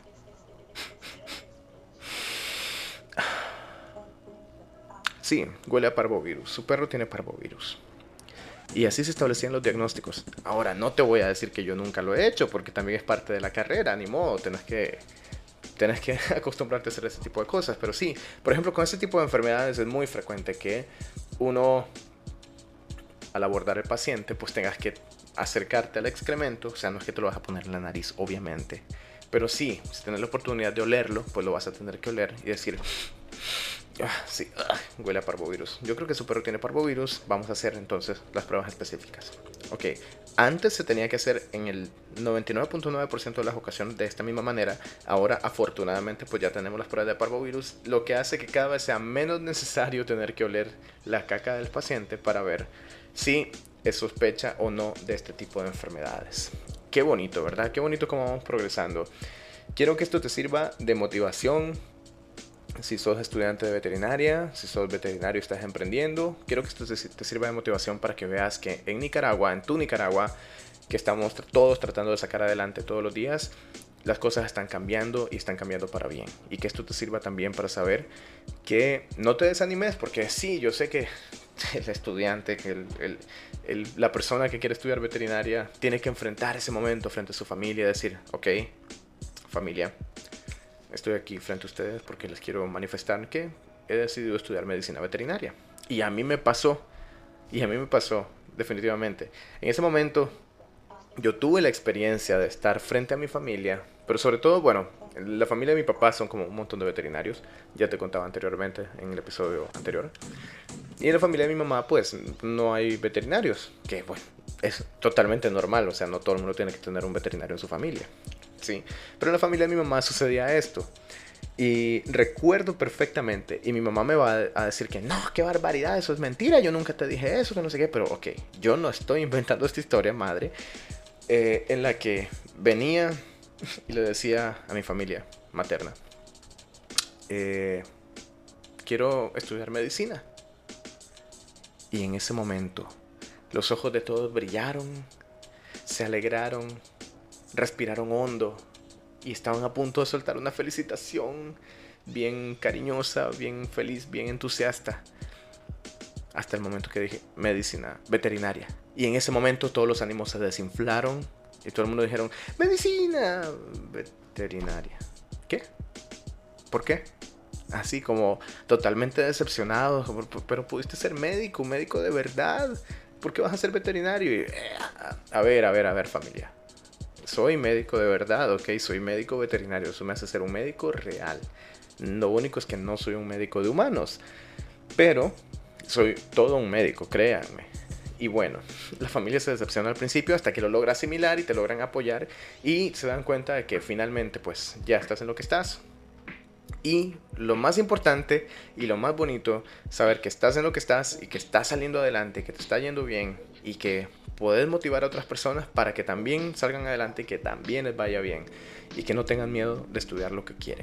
Speaker 1: Sí, huele a parvovirus. Su perro tiene parvovirus. Y así se establecían los diagnósticos. Ahora, no te voy a decir que yo nunca lo he hecho, porque también es parte de la carrera, ni modo, tenés que, tenés que acostumbrarte a hacer ese tipo de cosas. Pero sí, por ejemplo, con este tipo de enfermedades es muy frecuente que uno, al abordar al paciente, pues tengas que acercarte al excremento. O sea, no es que te lo vas a poner en la nariz, obviamente. Pero sí, si tienes la oportunidad de olerlo, pues lo vas a tener que oler y decir... Ah, sí, ah, huele a parvovirus. Yo creo que su perro tiene parvovirus. Vamos a hacer entonces las pruebas específicas. Ok, antes se tenía que hacer en el noventa y nueve punto nueve por ciento de las ocasiones de esta misma manera. Ahora, afortunadamente, pues ya tenemos las pruebas de parvovirus, lo que hace que cada vez sea menos necesario tener que oler la caca del paciente para ver si es sospecha o no de este tipo de enfermedades. Qué bonito, ¿verdad? Qué bonito cómo vamos progresando. Quiero que esto te sirva de motivación. Si sos estudiante de veterinaria, si sos veterinario y estás emprendiendo, quiero que esto te sirva de motivación para que veas que en Nicaragua, en tu Nicaragua, que estamos todos tratando de sacar adelante todos los días, las cosas están cambiando y están cambiando para bien. Y que esto te sirva también para saber que no te desanimes, porque sí, yo sé que el estudiante, que el, el, el, la persona que quiere estudiar veterinaria tiene que enfrentar ese momento frente a su familia y decir, ok, familia, estoy aquí frente a ustedes porque les quiero manifestar que he decidido estudiar medicina veterinaria. Y a mí me pasó, y a mí me pasó, definitivamente. En ese momento, yo tuve la experiencia de estar frente a mi familia, pero sobre todo, bueno, la familia de mi papá son como un montón de veterinarios, ya te contaba anteriormente en el episodio anterior. Y en la familia de mi mamá, pues, no hay veterinarios, que, bueno, es totalmente normal, o sea, no todo el mundo tiene que tener un veterinario en su familia, ¿sí? Pero en la familia de mi mamá sucedía esto. Y recuerdo perfectamente, y mi mamá me va a decir que no, qué barbaridad, eso es mentira, yo nunca te dije eso, que no sé qué, pero ok, yo no estoy inventando esta historia, madre, eh, en la que venía y le decía a mi familia materna, eh, quiero estudiar medicina. Y en ese momento, los ojos de todos brillaron, se alegraron, respiraron hondo y estaban a punto de soltar una felicitación bien cariñosa, bien feliz, bien entusiasta. Hasta el momento que dije medicina veterinaria. Y en ese momento todos los ánimos se desinflaron y todo el mundo dijeron medicina veterinaria. ¿Qué? ¿Por qué? Así como totalmente decepcionados, como, pero pudiste ser médico, un médico de verdad, ¿por qué vas a ser veterinario? Y, a ver, a ver, a ver, familia, soy médico de verdad, ok, soy médico veterinario, eso me hace ser un médico real. Lo único es que no soy un médico de humanos, pero soy todo un médico, créanme. Y bueno, la familia se decepciona al principio hasta que lo logra asimilar y te logran apoyar y se dan cuenta de que finalmente pues ya estás en lo que estás. Y lo más importante y lo más bonito, saber que estás en lo que estás y que estás saliendo adelante, que te está yendo bien y que puedes motivar a otras personas para que también salgan adelante y que también les vaya bien y que no tengan miedo de estudiar lo que quieren.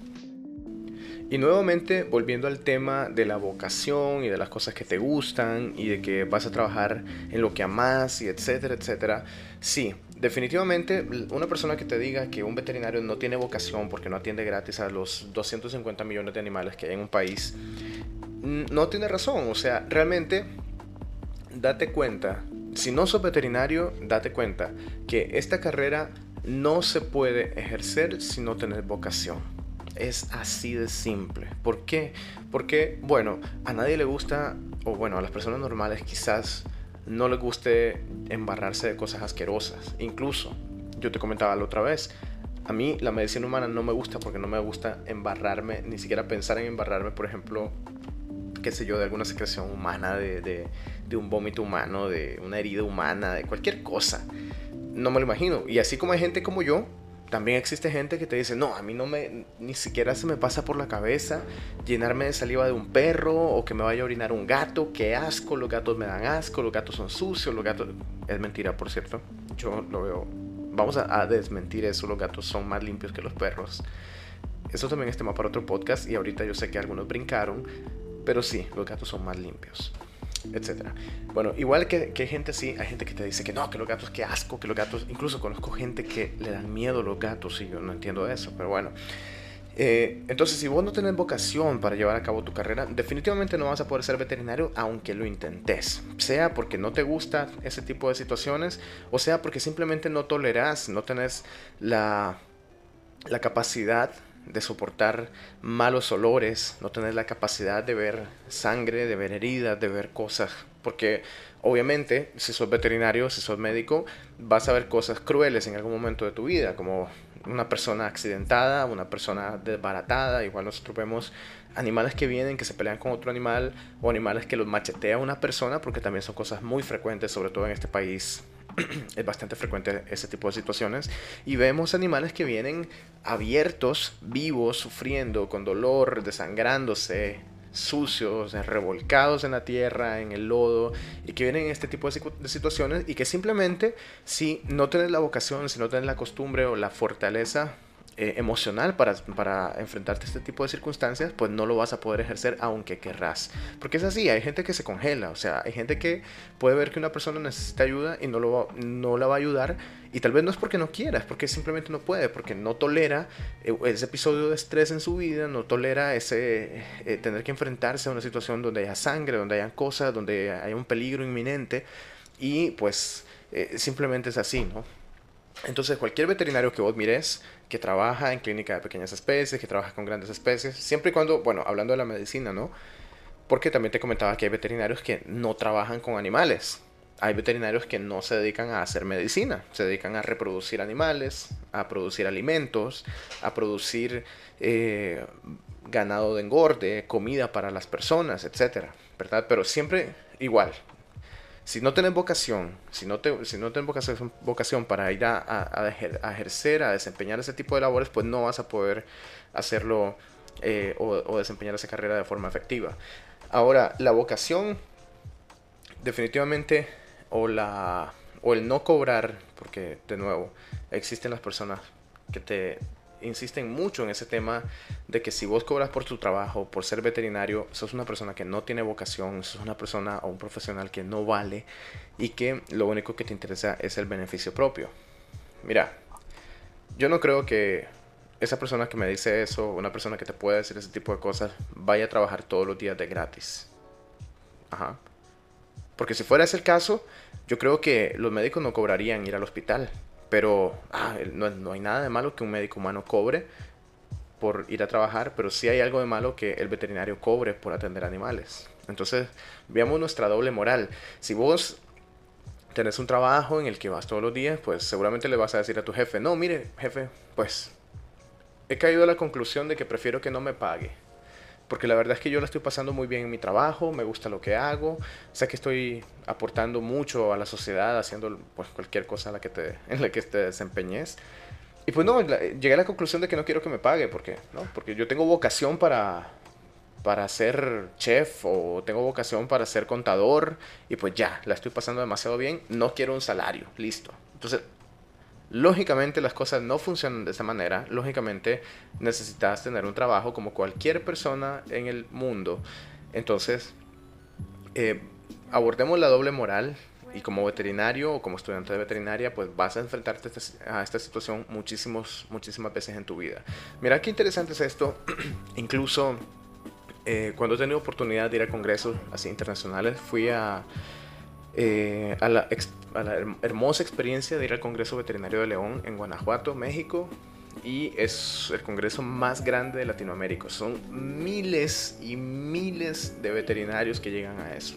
Speaker 1: Y nuevamente volviendo al tema de la vocación y de las cosas que te gustan y de que vas a trabajar en lo que amas y etcétera, etcétera. Sí, definitivamente una persona que te diga que un veterinario no tiene vocación porque no atiende gratis a los doscientos cincuenta millones de animales que hay en un país, no tiene razón. O sea, realmente date cuenta, si no sos veterinario, date cuenta que esta carrera no se puede ejercer si no tenés vocación. Es así de simple. ¿Por qué? Porque, bueno, a nadie le gusta, o bueno, a las personas normales quizás no les guste embarrarse de cosas asquerosas. Incluso, yo te comentaba la otra vez, a mí la medicina humana no me gusta porque no me gusta embarrarme, ni siquiera pensar en embarrarme, por ejemplo, qué sé yo, de alguna secreción humana, de, de, de un vómito humano, de una herida humana, de cualquier cosa. No me lo imagino. Y así como hay gente como yo, también existe gente que te dice, no, a mí no me, ni siquiera se me pasa por la cabeza llenarme de saliva de un perro o que me vaya a orinar un gato, qué asco, los gatos me dan asco, los gatos son sucios, los gatos... Es mentira, por cierto, yo lo veo, vamos a, a desmentir eso, los gatos son más limpios que los perros. Eso también es tema para otro podcast y ahorita yo sé que algunos brincaron, pero sí, los gatos son más limpios, etcétera. Bueno, igual que, que hay gente así, hay gente que te dice que no, que los gatos, qué asco, que los gatos, incluso conozco gente que le dan miedo a los gatos y yo no entiendo eso, pero bueno. Eh, entonces, si vos no tenés vocación para llevar a cabo tu carrera, definitivamente no vas a poder ser veterinario aunque lo intentes. Sea porque no te gusta ese tipo de situaciones, o sea porque simplemente no tolerás, no tenés la, la capacidad de soportar malos olores, no tener la capacidad de ver sangre, de ver heridas, de ver cosas, porque obviamente si sos veterinario, si sos médico, vas a ver cosas crueles en algún momento de tu vida, como una persona accidentada, una persona desbaratada. Igual nosotros vemos animales que vienen, que se pelean con otro animal, o animales que los machetea una persona, porque también son cosas muy frecuentes, sobre todo en este país. Es bastante frecuente ese tipo de situaciones y vemos animales que vienen abiertos, vivos, sufriendo, con dolor, desangrándose, sucios, revolcados en la tierra, en el lodo, y que vienen en este tipo de, de situaciones y que simplemente si no tienes la vocación, si no tienes la costumbre o la fortaleza eh, emocional para, para enfrentarte a este tipo de circunstancias, pues no lo vas a poder ejercer aunque querrás. Porque es así, hay gente que se congela, o sea, hay gente que puede ver que una persona necesita ayuda y no, lo, no la va a ayudar, y tal vez no es porque no quiera, es porque simplemente no puede, porque no tolera eh, ese episodio de estrés en su vida, no tolera ese eh, tener que enfrentarse a una situación donde haya sangre, donde hayan cosas, donde haya un peligro inminente, y pues eh, simplemente es así, ¿no? Entonces cualquier veterinario que vos mires que trabaja en clínica de pequeñas especies, que trabaja con grandes especies, siempre y cuando, bueno, hablando de la medicina, ¿no? Porque también te comentaba que hay veterinarios que no trabajan con animales. Hay veterinarios que no se dedican a hacer medicina, se dedican a reproducir animales, a producir alimentos, a producir, eh, ganado de engorde, comida para las personas, etcétera, ¿verdad? Pero siempre igual. Si no tenés vocación, si no, te, si no tenés vocación, vocación para ir a, a, a ejercer, a desempeñar ese tipo de labores, pues no vas a poder hacerlo eh, o, o desempeñar esa carrera de forma efectiva. Ahora, la vocación, definitivamente, o, la, o el no cobrar, porque de nuevo, existen las personas que te insisten mucho en ese tema de que si vos cobras por tu trabajo, por ser veterinario, sos una persona que no tiene vocación, sos una persona o un profesional que no vale y que lo único que te interesa es el beneficio propio. Mira, yo no creo que esa persona que me dice eso, una persona que te puede decir ese tipo de cosas, vaya a trabajar todos los días de gratis. Ajá. Porque si fuera ese el caso, yo creo que los médicos no cobrarían ir al hospital. Pero ah, no, no hay nada de malo que un médico humano cobre por ir a trabajar, pero sí hay algo de malo que el veterinario cobre por atender animales. Entonces, veamos nuestra doble moral. Si vos tenés un trabajo en el que vas todos los días, pues seguramente le vas a decir a tu jefe, no, mire, jefe, pues he caído a la conclusión de que prefiero que no me pague. Porque la verdad es que yo la estoy pasando muy bien en mi trabajo, me gusta lo que hago, sé que estoy aportando mucho a la sociedad, haciendo pues, cualquier cosa en la, que te, en la que te desempeñes. Y pues no, la, llegué a la conclusión de que no quiero que me pague, porque, ¿no? Porque yo tengo vocación para, para ser chef o tengo vocación para ser contador y pues ya, la estoy pasando demasiado bien, no quiero un salario, listo. Entonces, lógicamente las cosas no funcionan de esa manera. Lógicamente necesitas tener un trabajo como cualquier persona en el mundo. Entonces, eh, abordemos la doble moral. Y como veterinario o como estudiante de veterinaria, pues vas a enfrentarte a esta situación muchísimos, muchísimas veces en tu vida. Mira qué interesante es esto. Incluso eh, cuando he tenido oportunidad de ir a congresos así internacionales, fui a... Eh, a, la ex, a la hermosa experiencia de ir al Congreso Veterinario de León en Guanajuato, México, y es el congreso más grande de Latinoamérica. Son miles y miles de veterinarios que llegan a eso.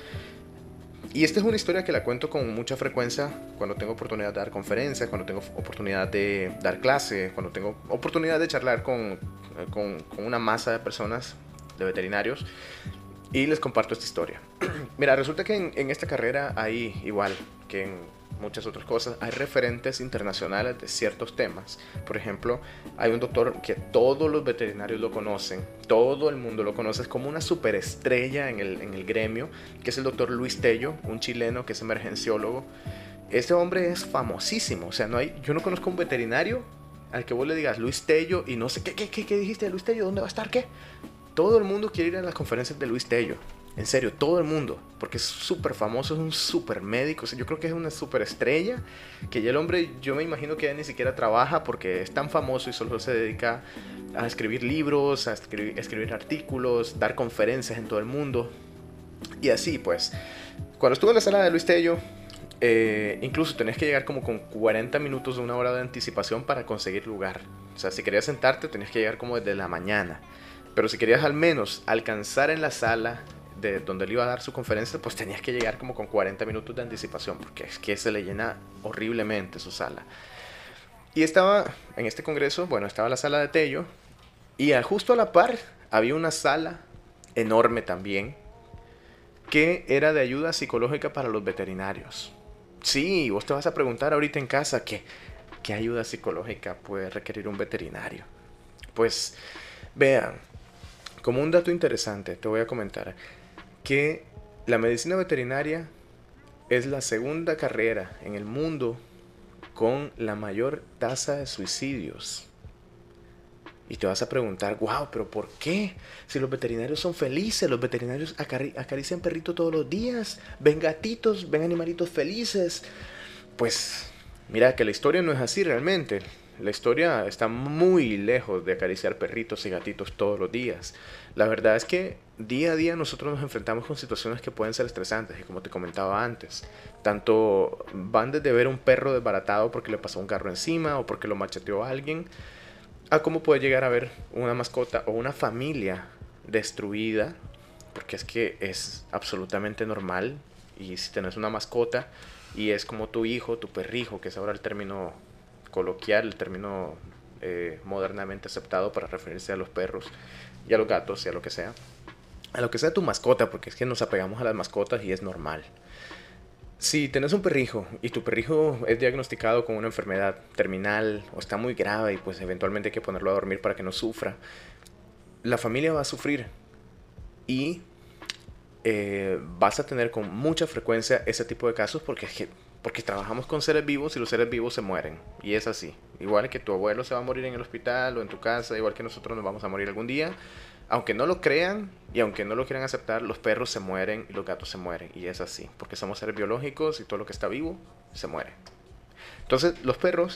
Speaker 1: Y esta es una historia que la cuento con mucha frecuencia cuando tengo oportunidad de dar conferencias, cuando tengo oportunidad de dar clase, cuando tengo oportunidad de charlar con, con, con una masa de personas, de veterinarios. Y les comparto esta historia. Mira, resulta que en, en esta carrera hay, igual que en muchas otras cosas, hay referentes internacionales de ciertos temas. Por ejemplo, hay un doctor que todos los veterinarios lo conocen, todo el mundo lo conoce, es como una superestrella en el, en el gremio, que es el doctor Luis Tello, un chileno que es emergenciólogo. Este hombre es famosísimo, o sea, no hay, yo no conozco un veterinario al que vos le digas Luis Tello y no sé, ¿qué, qué, qué, qué dijiste de Luis Tello? ¿Dónde va a estar? ¿Qué? Todo el mundo quiere ir a las conferencias de Luis Tello. En serio, todo el mundo. Porque es súper famoso, es un súper médico. O sea, yo creo que es una súper estrella. Que ya el hombre, yo me imagino que ya ni siquiera trabaja porque es tan famoso y solo se dedica a escribir libros, a escribir, a escribir artículos, dar conferencias en todo el mundo. Y así, pues, cuando estuve en la sala de Luis Tello, eh, incluso tenías que llegar como con cuarenta minutos o una hora de anticipación para conseguir lugar. O sea, si querías sentarte, tenías que llegar como desde la mañana. Pero si querías al menos alcanzar en la sala de donde él iba a dar su conferencia, pues tenías que llegar como con cuarenta minutos de anticipación, porque es que se le llena horriblemente su sala. Y estaba en este congreso, bueno, estaba la sala de Tello, y justo a la par había una sala enorme también, que era de ayuda psicológica para los veterinarios. Sí, vos te vas a preguntar ahorita en casa, ¿qué, qué ayuda psicológica puede requerir un veterinario? Pues, vean, como un dato interesante, te voy a comentar que la medicina veterinaria es la segunda carrera en el mundo con la mayor tasa de suicidios. Y te vas a preguntar, wow, pero ¿por qué? Si los veterinarios son felices, los veterinarios acari- acarician perritos todos los días, ven gatitos, ven animalitos felices. Pues mira que la historia no es así realmente. La historia está muy lejos de acariciar perritos y gatitos todos los días. La verdad es que día a día nosotros nos enfrentamos con situaciones que pueden ser estresantes, y como te comentaba antes, tanto van desde ver un perro desbaratado porque le pasó un carro encima o porque lo macheteó a alguien, a cómo puede llegar a ver una mascota o una familia destruida, porque es que es absolutamente normal. Y si tenés una mascota y es como tu hijo, tu perrijo, que es ahora el término coloquial, el término eh, modernamente aceptado para referirse a los perros y a los gatos y a lo que sea. A lo que sea tu mascota, porque es que nos apegamos a las mascotas y es normal. Si tenés un perrijo y tu perrijo es diagnosticado con una enfermedad terminal o está muy grave y pues eventualmente hay que ponerlo a dormir para que no sufra, la familia va a sufrir y eh, vas a tener con mucha frecuencia ese tipo de casos porque, es que- porque trabajamos con seres vivos y los seres vivos se mueren. Y es así. Igual que tu abuelo se va a morir en el hospital o en tu casa, igual que nosotros nos vamos a morir algún día. Aunque no lo crean y aunque no lo quieran aceptar, los perros se mueren y los gatos se mueren. Y es así, porque somos seres biológicos y todo lo que está vivo se muere. Entonces, los perros,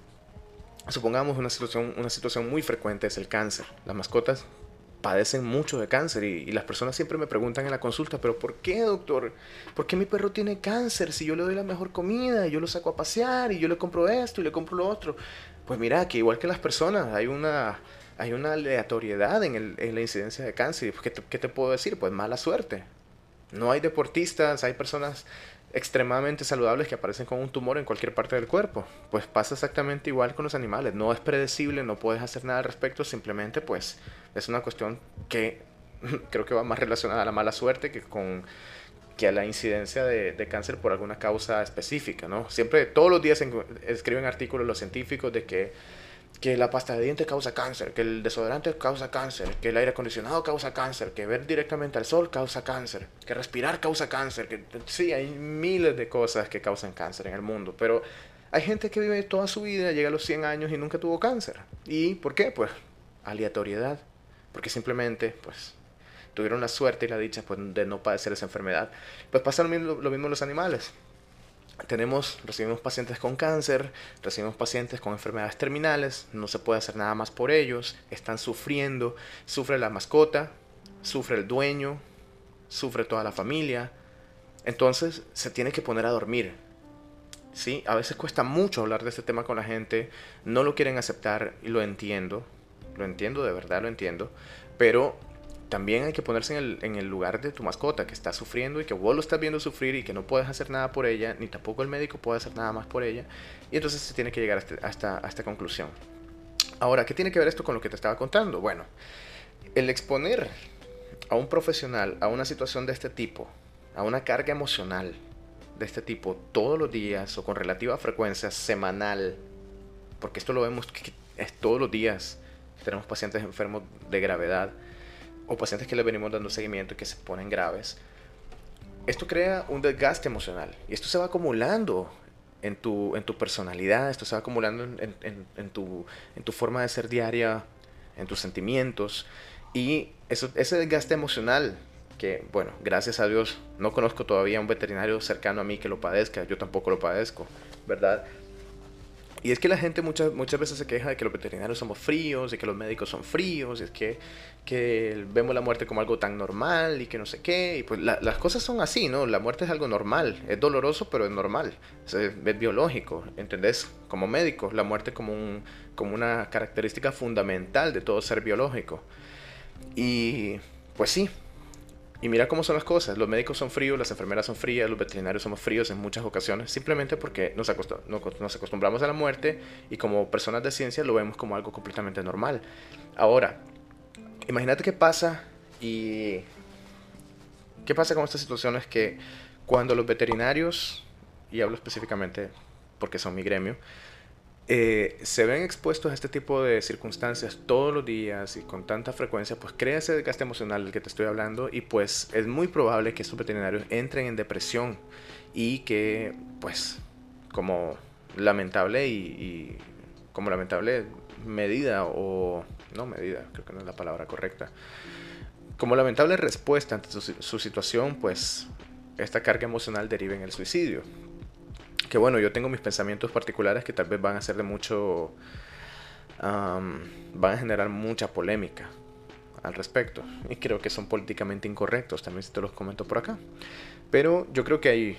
Speaker 1: supongamos una situación, una situación muy frecuente es el cáncer. Las mascotas padecen mucho de cáncer y, y las personas siempre me preguntan en la consulta, pero ¿por qué, doctor? ¿Por qué mi perro tiene cáncer si yo le doy la mejor comida, y yo lo saco a pasear y yo le compro esto y le compro lo otro? Pues mira, que igual que las personas hay una, hay una aleatoriedad en, el, en la incidencia de cáncer. ¿Qué te, qué te puedo decir? Pues mala suerte. No hay deportistas, hay personas extremadamente saludables que aparecen con un tumor en cualquier parte del cuerpo. Pues pasa exactamente igual con los animales. No es predecible, no puedes hacer nada al respecto, simplemente pues es una cuestión que creo que va más relacionada a la mala suerte que con que a la incidencia de, de cáncer por alguna causa específica, ¿no? Siempre, todos los días en- escriben artículos los científicos de que que la pasta de dientes causa cáncer, que el desodorante causa cáncer, que el aire acondicionado causa cáncer, que ver directamente al sol causa cáncer, que respirar causa cáncer, que sí, hay miles de cosas que causan cáncer en el mundo, pero hay gente que vive toda su vida, llega a los cien años y nunca tuvo cáncer. ¿Y por qué? Pues aleatoriedad, porque simplemente, pues, tuvieron la suerte y la dicha pues, de no padecer esa enfermedad. Pues pasa lo mismo, lo mismo en los animales. Tenemos, recibimos pacientes con cáncer, recibimos pacientes con enfermedades terminales, no se puede hacer nada más por ellos, están sufriendo, sufre la mascota, sufre el dueño, sufre toda la familia. Entonces se tiene que poner a dormir. ¿Sí? A veces cuesta mucho hablar de este tema con la gente, no lo quieren aceptar y lo entiendo, lo entiendo, de verdad lo entiendo, pero también hay que ponerse en el, en el lugar de tu mascota que está sufriendo y que vos lo estás viendo sufrir y que no puedes hacer nada por ella, ni tampoco el médico puede hacer nada más por ella, y entonces se tiene que llegar a, este- a esta, a esta conclusión. Ahora, ¿qué tiene que ver esto con lo que te estaba contando? Bueno, el exponer a un profesional a una situación de este tipo, a una carga emocional de este tipo todos los días o con relativa frecuencia semanal, porque esto lo vemos que es todos los días que tenemos pacientes enfermos de gravedad o pacientes que les venimos dando seguimiento y que se ponen graves, esto crea un desgaste emocional y esto se va acumulando en tu, en tu personalidad, esto se va acumulando en, en, en, en tu, en tu forma de ser diaria, en tus sentimientos y eso, ese desgaste emocional que, bueno, gracias a Dios no conozco todavía un veterinario cercano a mí que lo padezca, yo tampoco lo padezco, ¿verdad? Y es que la gente muchas, muchas veces se queja de que los veterinarios somos fríos, de que los médicos son fríos, es que, que vemos la muerte como algo tan normal y que no sé qué. Y pues la- las cosas son así, ¿no? La muerte es algo normal, es doloroso, pero es normal, es, es biológico, ¿entendés? Como médico, la muerte como, un, como una característica fundamental de todo ser biológico. Y pues sí, y mira cómo son las cosas. Los médicos son fríos, las enfermeras son frías, los veterinarios somos fríos en muchas ocasiones, simplemente porque nos, acost nos acostumbramos a la muerte y como personas de ciencia lo vemos como algo completamente normal. Ahora, imagínate qué pasa y qué pasa con estas situaciones que cuando los veterinarios, y hablo específicamente porque son mi gremio, eh, se ven expuestos a este tipo de circunstancias todos los días y con tanta frecuencia, pues crea ese desgaste emocional del que te estoy hablando y pues es muy probable que estos veterinarios entren en depresión y que pues como lamentable y, y como lamentable medida o no medida, creo que no es la palabra correcta, como lamentable respuesta ante su, su situación, pues esta carga emocional deriva en el suicidio. Que bueno, yo tengo mis pensamientos particulares que tal vez van a ser de mucho, um, van a generar mucha polémica al respecto. Y creo que son políticamente incorrectos, también si te los comento por acá. Pero yo creo que hay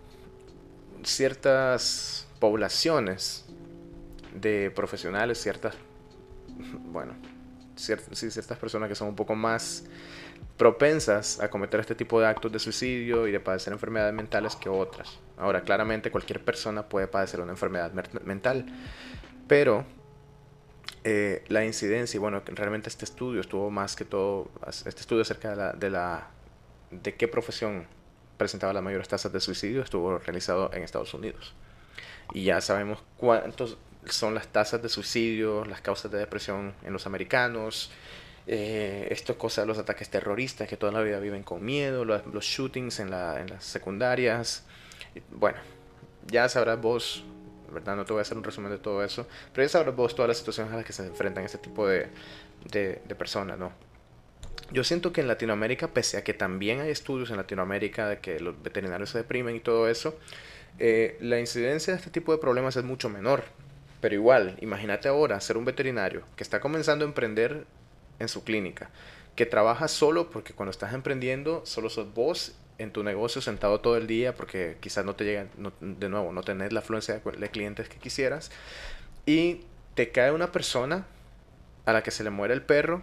Speaker 1: ciertas poblaciones de profesionales, ciertas, bueno, cier sí, ciertas personas que son un poco más propensas a cometer este tipo de actos de suicidio y de padecer enfermedades mentales que otras. Ahora, claramente cualquier persona puede padecer una enfermedad mental, pero eh, la incidencia, y bueno, que realmente este estudio estuvo más que todo, este estudio acerca de la, de la, de qué profesión presentaba las mayores tasas de suicidio, estuvo realizado en Estados Unidos. Y ya sabemos cuántos son las tasas de suicidio, las causas de depresión en los americanos, eh, esto cosa de los ataques terroristas que toda la vida viven con miedo, los, los shootings en, la, en las secundarias. Bueno, ya sabrás vos, ¿verdad? No te voy a hacer un resumen de todo eso, pero ya sabrás vos todas las situaciones a las que se enfrentan este tipo de, de, de personas, ¿no? Yo siento que en Latinoamérica, pese a que también hay estudios en Latinoamérica de que los veterinarios se deprimen y todo eso, eh, la incidencia de este tipo de problemas es mucho menor. Pero igual, imagínate ahora ser un veterinario que está comenzando a emprender en su clínica, que trabaja solo porque cuando estás emprendiendo solo sos vos en tu negocio sentado todo el día porque quizás no te llegan, no, de nuevo, no tenés la afluencia de, de clientes que quisieras, y te cae una persona a la que se le muere el perro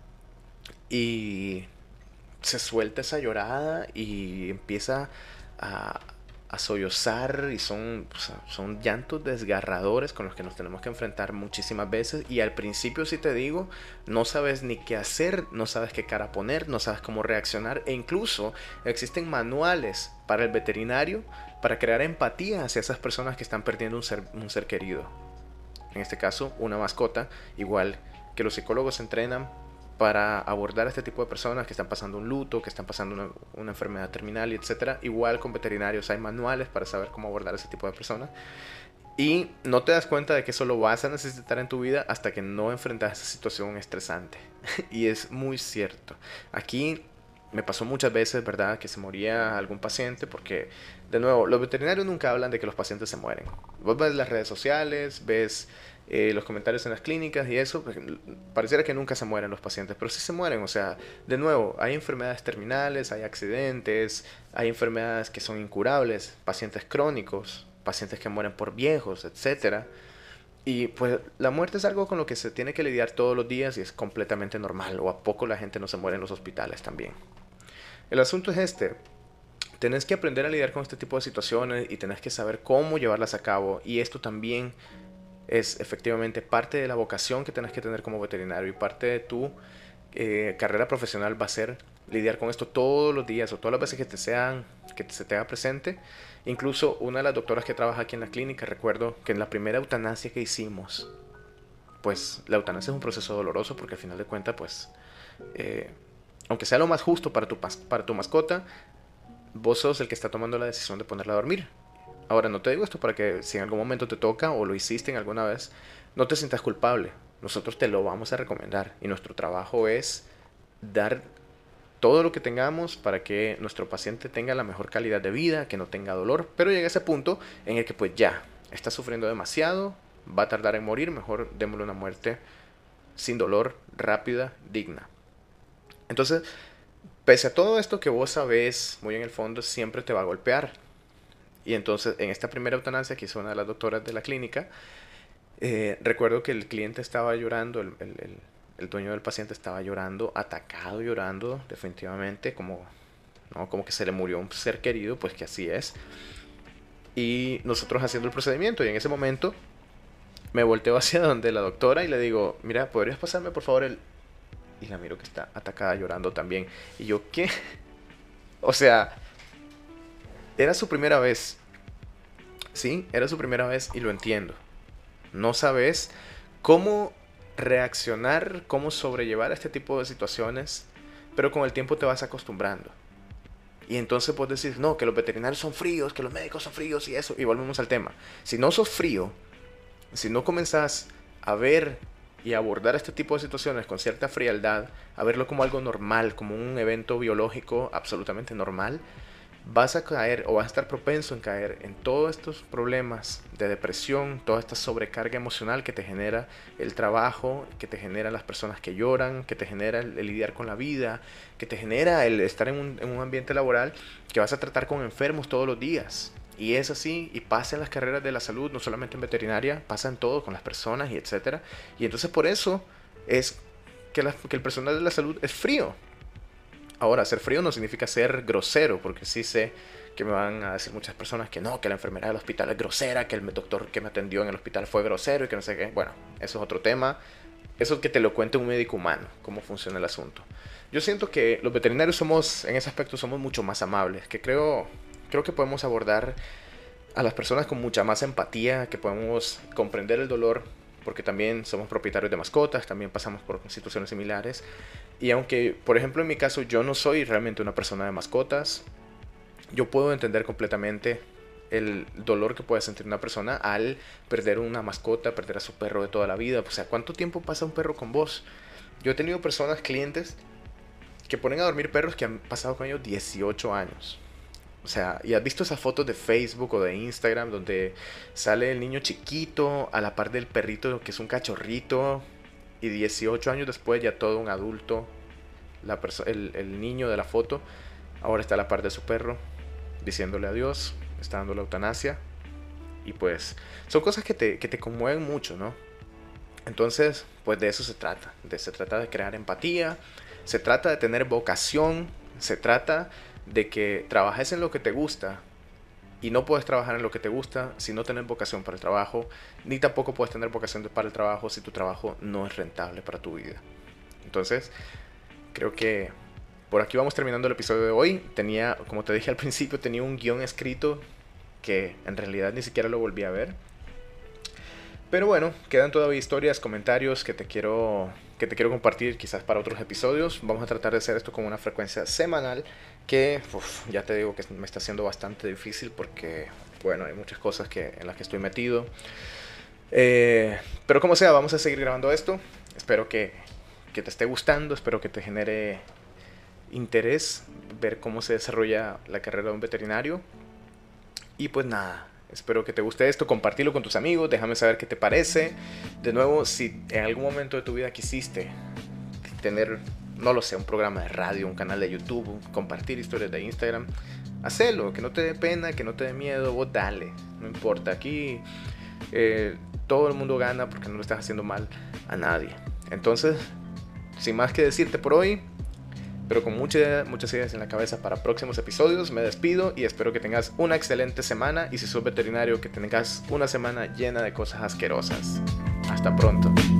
Speaker 1: y se suelta esa llorada y empieza a, a sollozar, y son, o sea, son llantos desgarradores con los que nos tenemos que enfrentar muchísimas veces, y al principio, si te digo, no sabes ni qué hacer, no sabes qué cara poner, no sabes cómo reaccionar, e incluso existen manuales para el veterinario para crear empatía hacia esas personas que están perdiendo un ser, un ser querido, en este caso una mascota, igual que los psicólogos se entrenan para abordar a este tipo de personas que están pasando un luto, que están pasando una, una enfermedad terminal, y etcétera. Igual con veterinarios hay manuales para saber cómo abordar a ese tipo de personas. Y no te das cuenta de que eso lo vas a necesitar en tu vida hasta que no enfrentas esa situación estresante. Y es muy cierto. Aquí me pasó muchas veces, ¿verdad?, que se moría algún paciente porque, de nuevo, los veterinarios nunca hablan de que los pacientes se mueren. Vos ves las redes sociales, ves eh, los comentarios en las clínicas y eso, pues, pareciera que nunca se mueren los pacientes, pero sí se mueren. O sea, de nuevo, hay enfermedades terminales, hay accidentes, hay enfermedades que son incurables, pacientes crónicos, pacientes que mueren por viejos, etcétera. Y pues la muerte es algo con lo que se tiene que lidiar todos los días y es completamente normal. ¿O a poco la gente no se muere en los hospitales también? El asunto es este. Tenés que aprender a lidiar con este tipo de situaciones y tenés que saber cómo llevarlas a cabo. Y esto también es efectivamente parte de la vocación que tenés que tener como veterinario, y parte de tu eh, carrera profesional va a ser lidiar con esto todos los días o todas las veces que te sean, que se te haga presente. Incluso una de las doctoras que trabaja aquí en la clínica, recuerdo que en la primera eutanasia que hicimos, pues la eutanasia es un proceso doloroso porque al final de cuentas, pues, eh, aunque sea lo más justo para tu, para tu mascota, vos sos el que está tomando la decisión de ponerla a dormir. Ahora, no te digo esto para que si en algún momento te toca o lo hiciste en alguna vez, no te sientas culpable. Nosotros te lo vamos a recomendar y nuestro trabajo es dar todo lo que tengamos para que nuestro paciente tenga la mejor calidad de vida, que no tenga dolor, pero llega a ese punto en el que pues ya está sufriendo demasiado, va a tardar en morir, mejor démosle una muerte sin dolor, rápida, digna. Entonces, pese a todo esto que vos sabés muy en el fondo, siempre te va a golpear. Y entonces, en esta primera eutanasia que hizo una de las doctoras de la clínica, eh, recuerdo que el cliente estaba llorando, el, el, el, el dueño del paciente estaba llorando, atacado, llorando, definitivamente, como, ¿no?, como que se le murió un ser querido, pues que así es. Y nosotros haciendo el procedimiento, y en ese momento me volteo hacia donde la doctora y le digo, mira, ¿podrías pasarme por favor el...? Y la miro que está atacada, llorando también. Y yo, ¿qué? O sea, era su primera vez. Sí, era su primera vez y lo entiendo. No sabes cómo reaccionar, cómo sobrellevar este tipo de situaciones, pero con el tiempo te vas acostumbrando. Y entonces puedes decir, no, que los veterinarios son fríos, que los médicos son fríos y eso. Y volvemos al tema. Si no sos frío, si no comenzás a ver y abordar este tipo de situaciones con cierta frialdad, a verlo como algo normal, como un evento biológico absolutamente normal, vas a caer o vas a estar propenso en caer en todos estos problemas de depresión, toda esta sobrecarga emocional que te genera el trabajo, que te genera las personas que lloran, que te genera el, el lidiar con la vida, que te genera el estar en un, en un ambiente laboral que vas a tratar con enfermos todos los días. Y es así, y pasa en las carreras de la salud, no solamente en veterinaria, pasa en todo, con las personas y etcétera. Y entonces por eso es que, la, que el personal de la salud es frío. Ahora, ser frío no significa ser grosero, porque sí sé que me van a decir muchas personas que no, que la enfermera del hospital es grosera, que el doctor que me atendió en el hospital fue grosero y que no sé qué. Bueno, eso es otro tema. eso que te lo cuente un médico humano, cómo funciona el asunto. Yo siento que los veterinarios somos, en ese aspecto, somos mucho más amables, que creo, creo que podemos abordar a las personas con mucha más empatía, que podemos comprender el dolor, porque también somos propietarios de mascotas, también pasamos por situaciones similares. Y aunque, por ejemplo, en mi caso yo no soy realmente una persona de mascotas, yo puedo entender completamente el dolor que puede sentir una persona al perder una mascota, perder a su perro de toda la vida. O sea, ¿cuánto tiempo pasa un perro con vos? Yo he tenido personas, clientes, que ponen a dormir perros que han pasado con ellos dieciocho años. O sea, y has visto esas fotos de Facebook o de Instagram donde sale el niño chiquito a la par del perrito que es un cachorrito, y dieciocho años después ya todo un adulto, la el, el niño de la foto ahora está a la par de su perro diciéndole adiós, está dando la eutanasia. Y pues son cosas que te, que te conmueven mucho, ¿no? Entonces, pues de eso se trata. De, se trata de crear empatía, se trata de tener vocación, se trata de que trabajes en lo que te gusta. Y no puedes trabajar en lo que te gusta si no tienes vocación para el trabajo, ni tampoco puedes tener vocación para el trabajo si tu trabajo no es rentable para tu vida. Entonces, creo que por aquí vamos terminando el episodio de hoy. Tenía, como te dije al principio, tenía un guión escrito que en realidad ni siquiera lo volví a ver. Pero bueno, quedan todavía historias, comentarios que te quiero, que te quiero compartir quizás para otros episodios. Vamos a tratar de hacer esto con una frecuencia semanal que uf, ya te digo que me está haciendo bastante difícil porque, bueno, hay muchas cosas que, en las que estoy metido. Eh, pero como sea, vamos a seguir grabando esto. Espero que, que te esté gustando, espero que te genere interés ver cómo se desarrolla la carrera de un veterinario. Y pues nada, espero que te guste esto, compartirlo con tus amigos, déjame saber qué te parece. De nuevo, si en algún momento de tu vida quisiste tener, no lo sé, un programa de radio, un canal de YouTube, compartir historias de Instagram, hacelo, que no te dé pena, que no te dé miedo, vos dale, no importa. Aquí eh, todo el mundo gana porque no lo estás haciendo mal a nadie. Entonces, sin más que decirte por hoy, pero con muchas, muchas ideas en la cabeza para próximos episodios, me despido y espero que tengas una excelente semana. Y si sos veterinario, que tengas una semana llena de cosas asquerosas. Hasta pronto.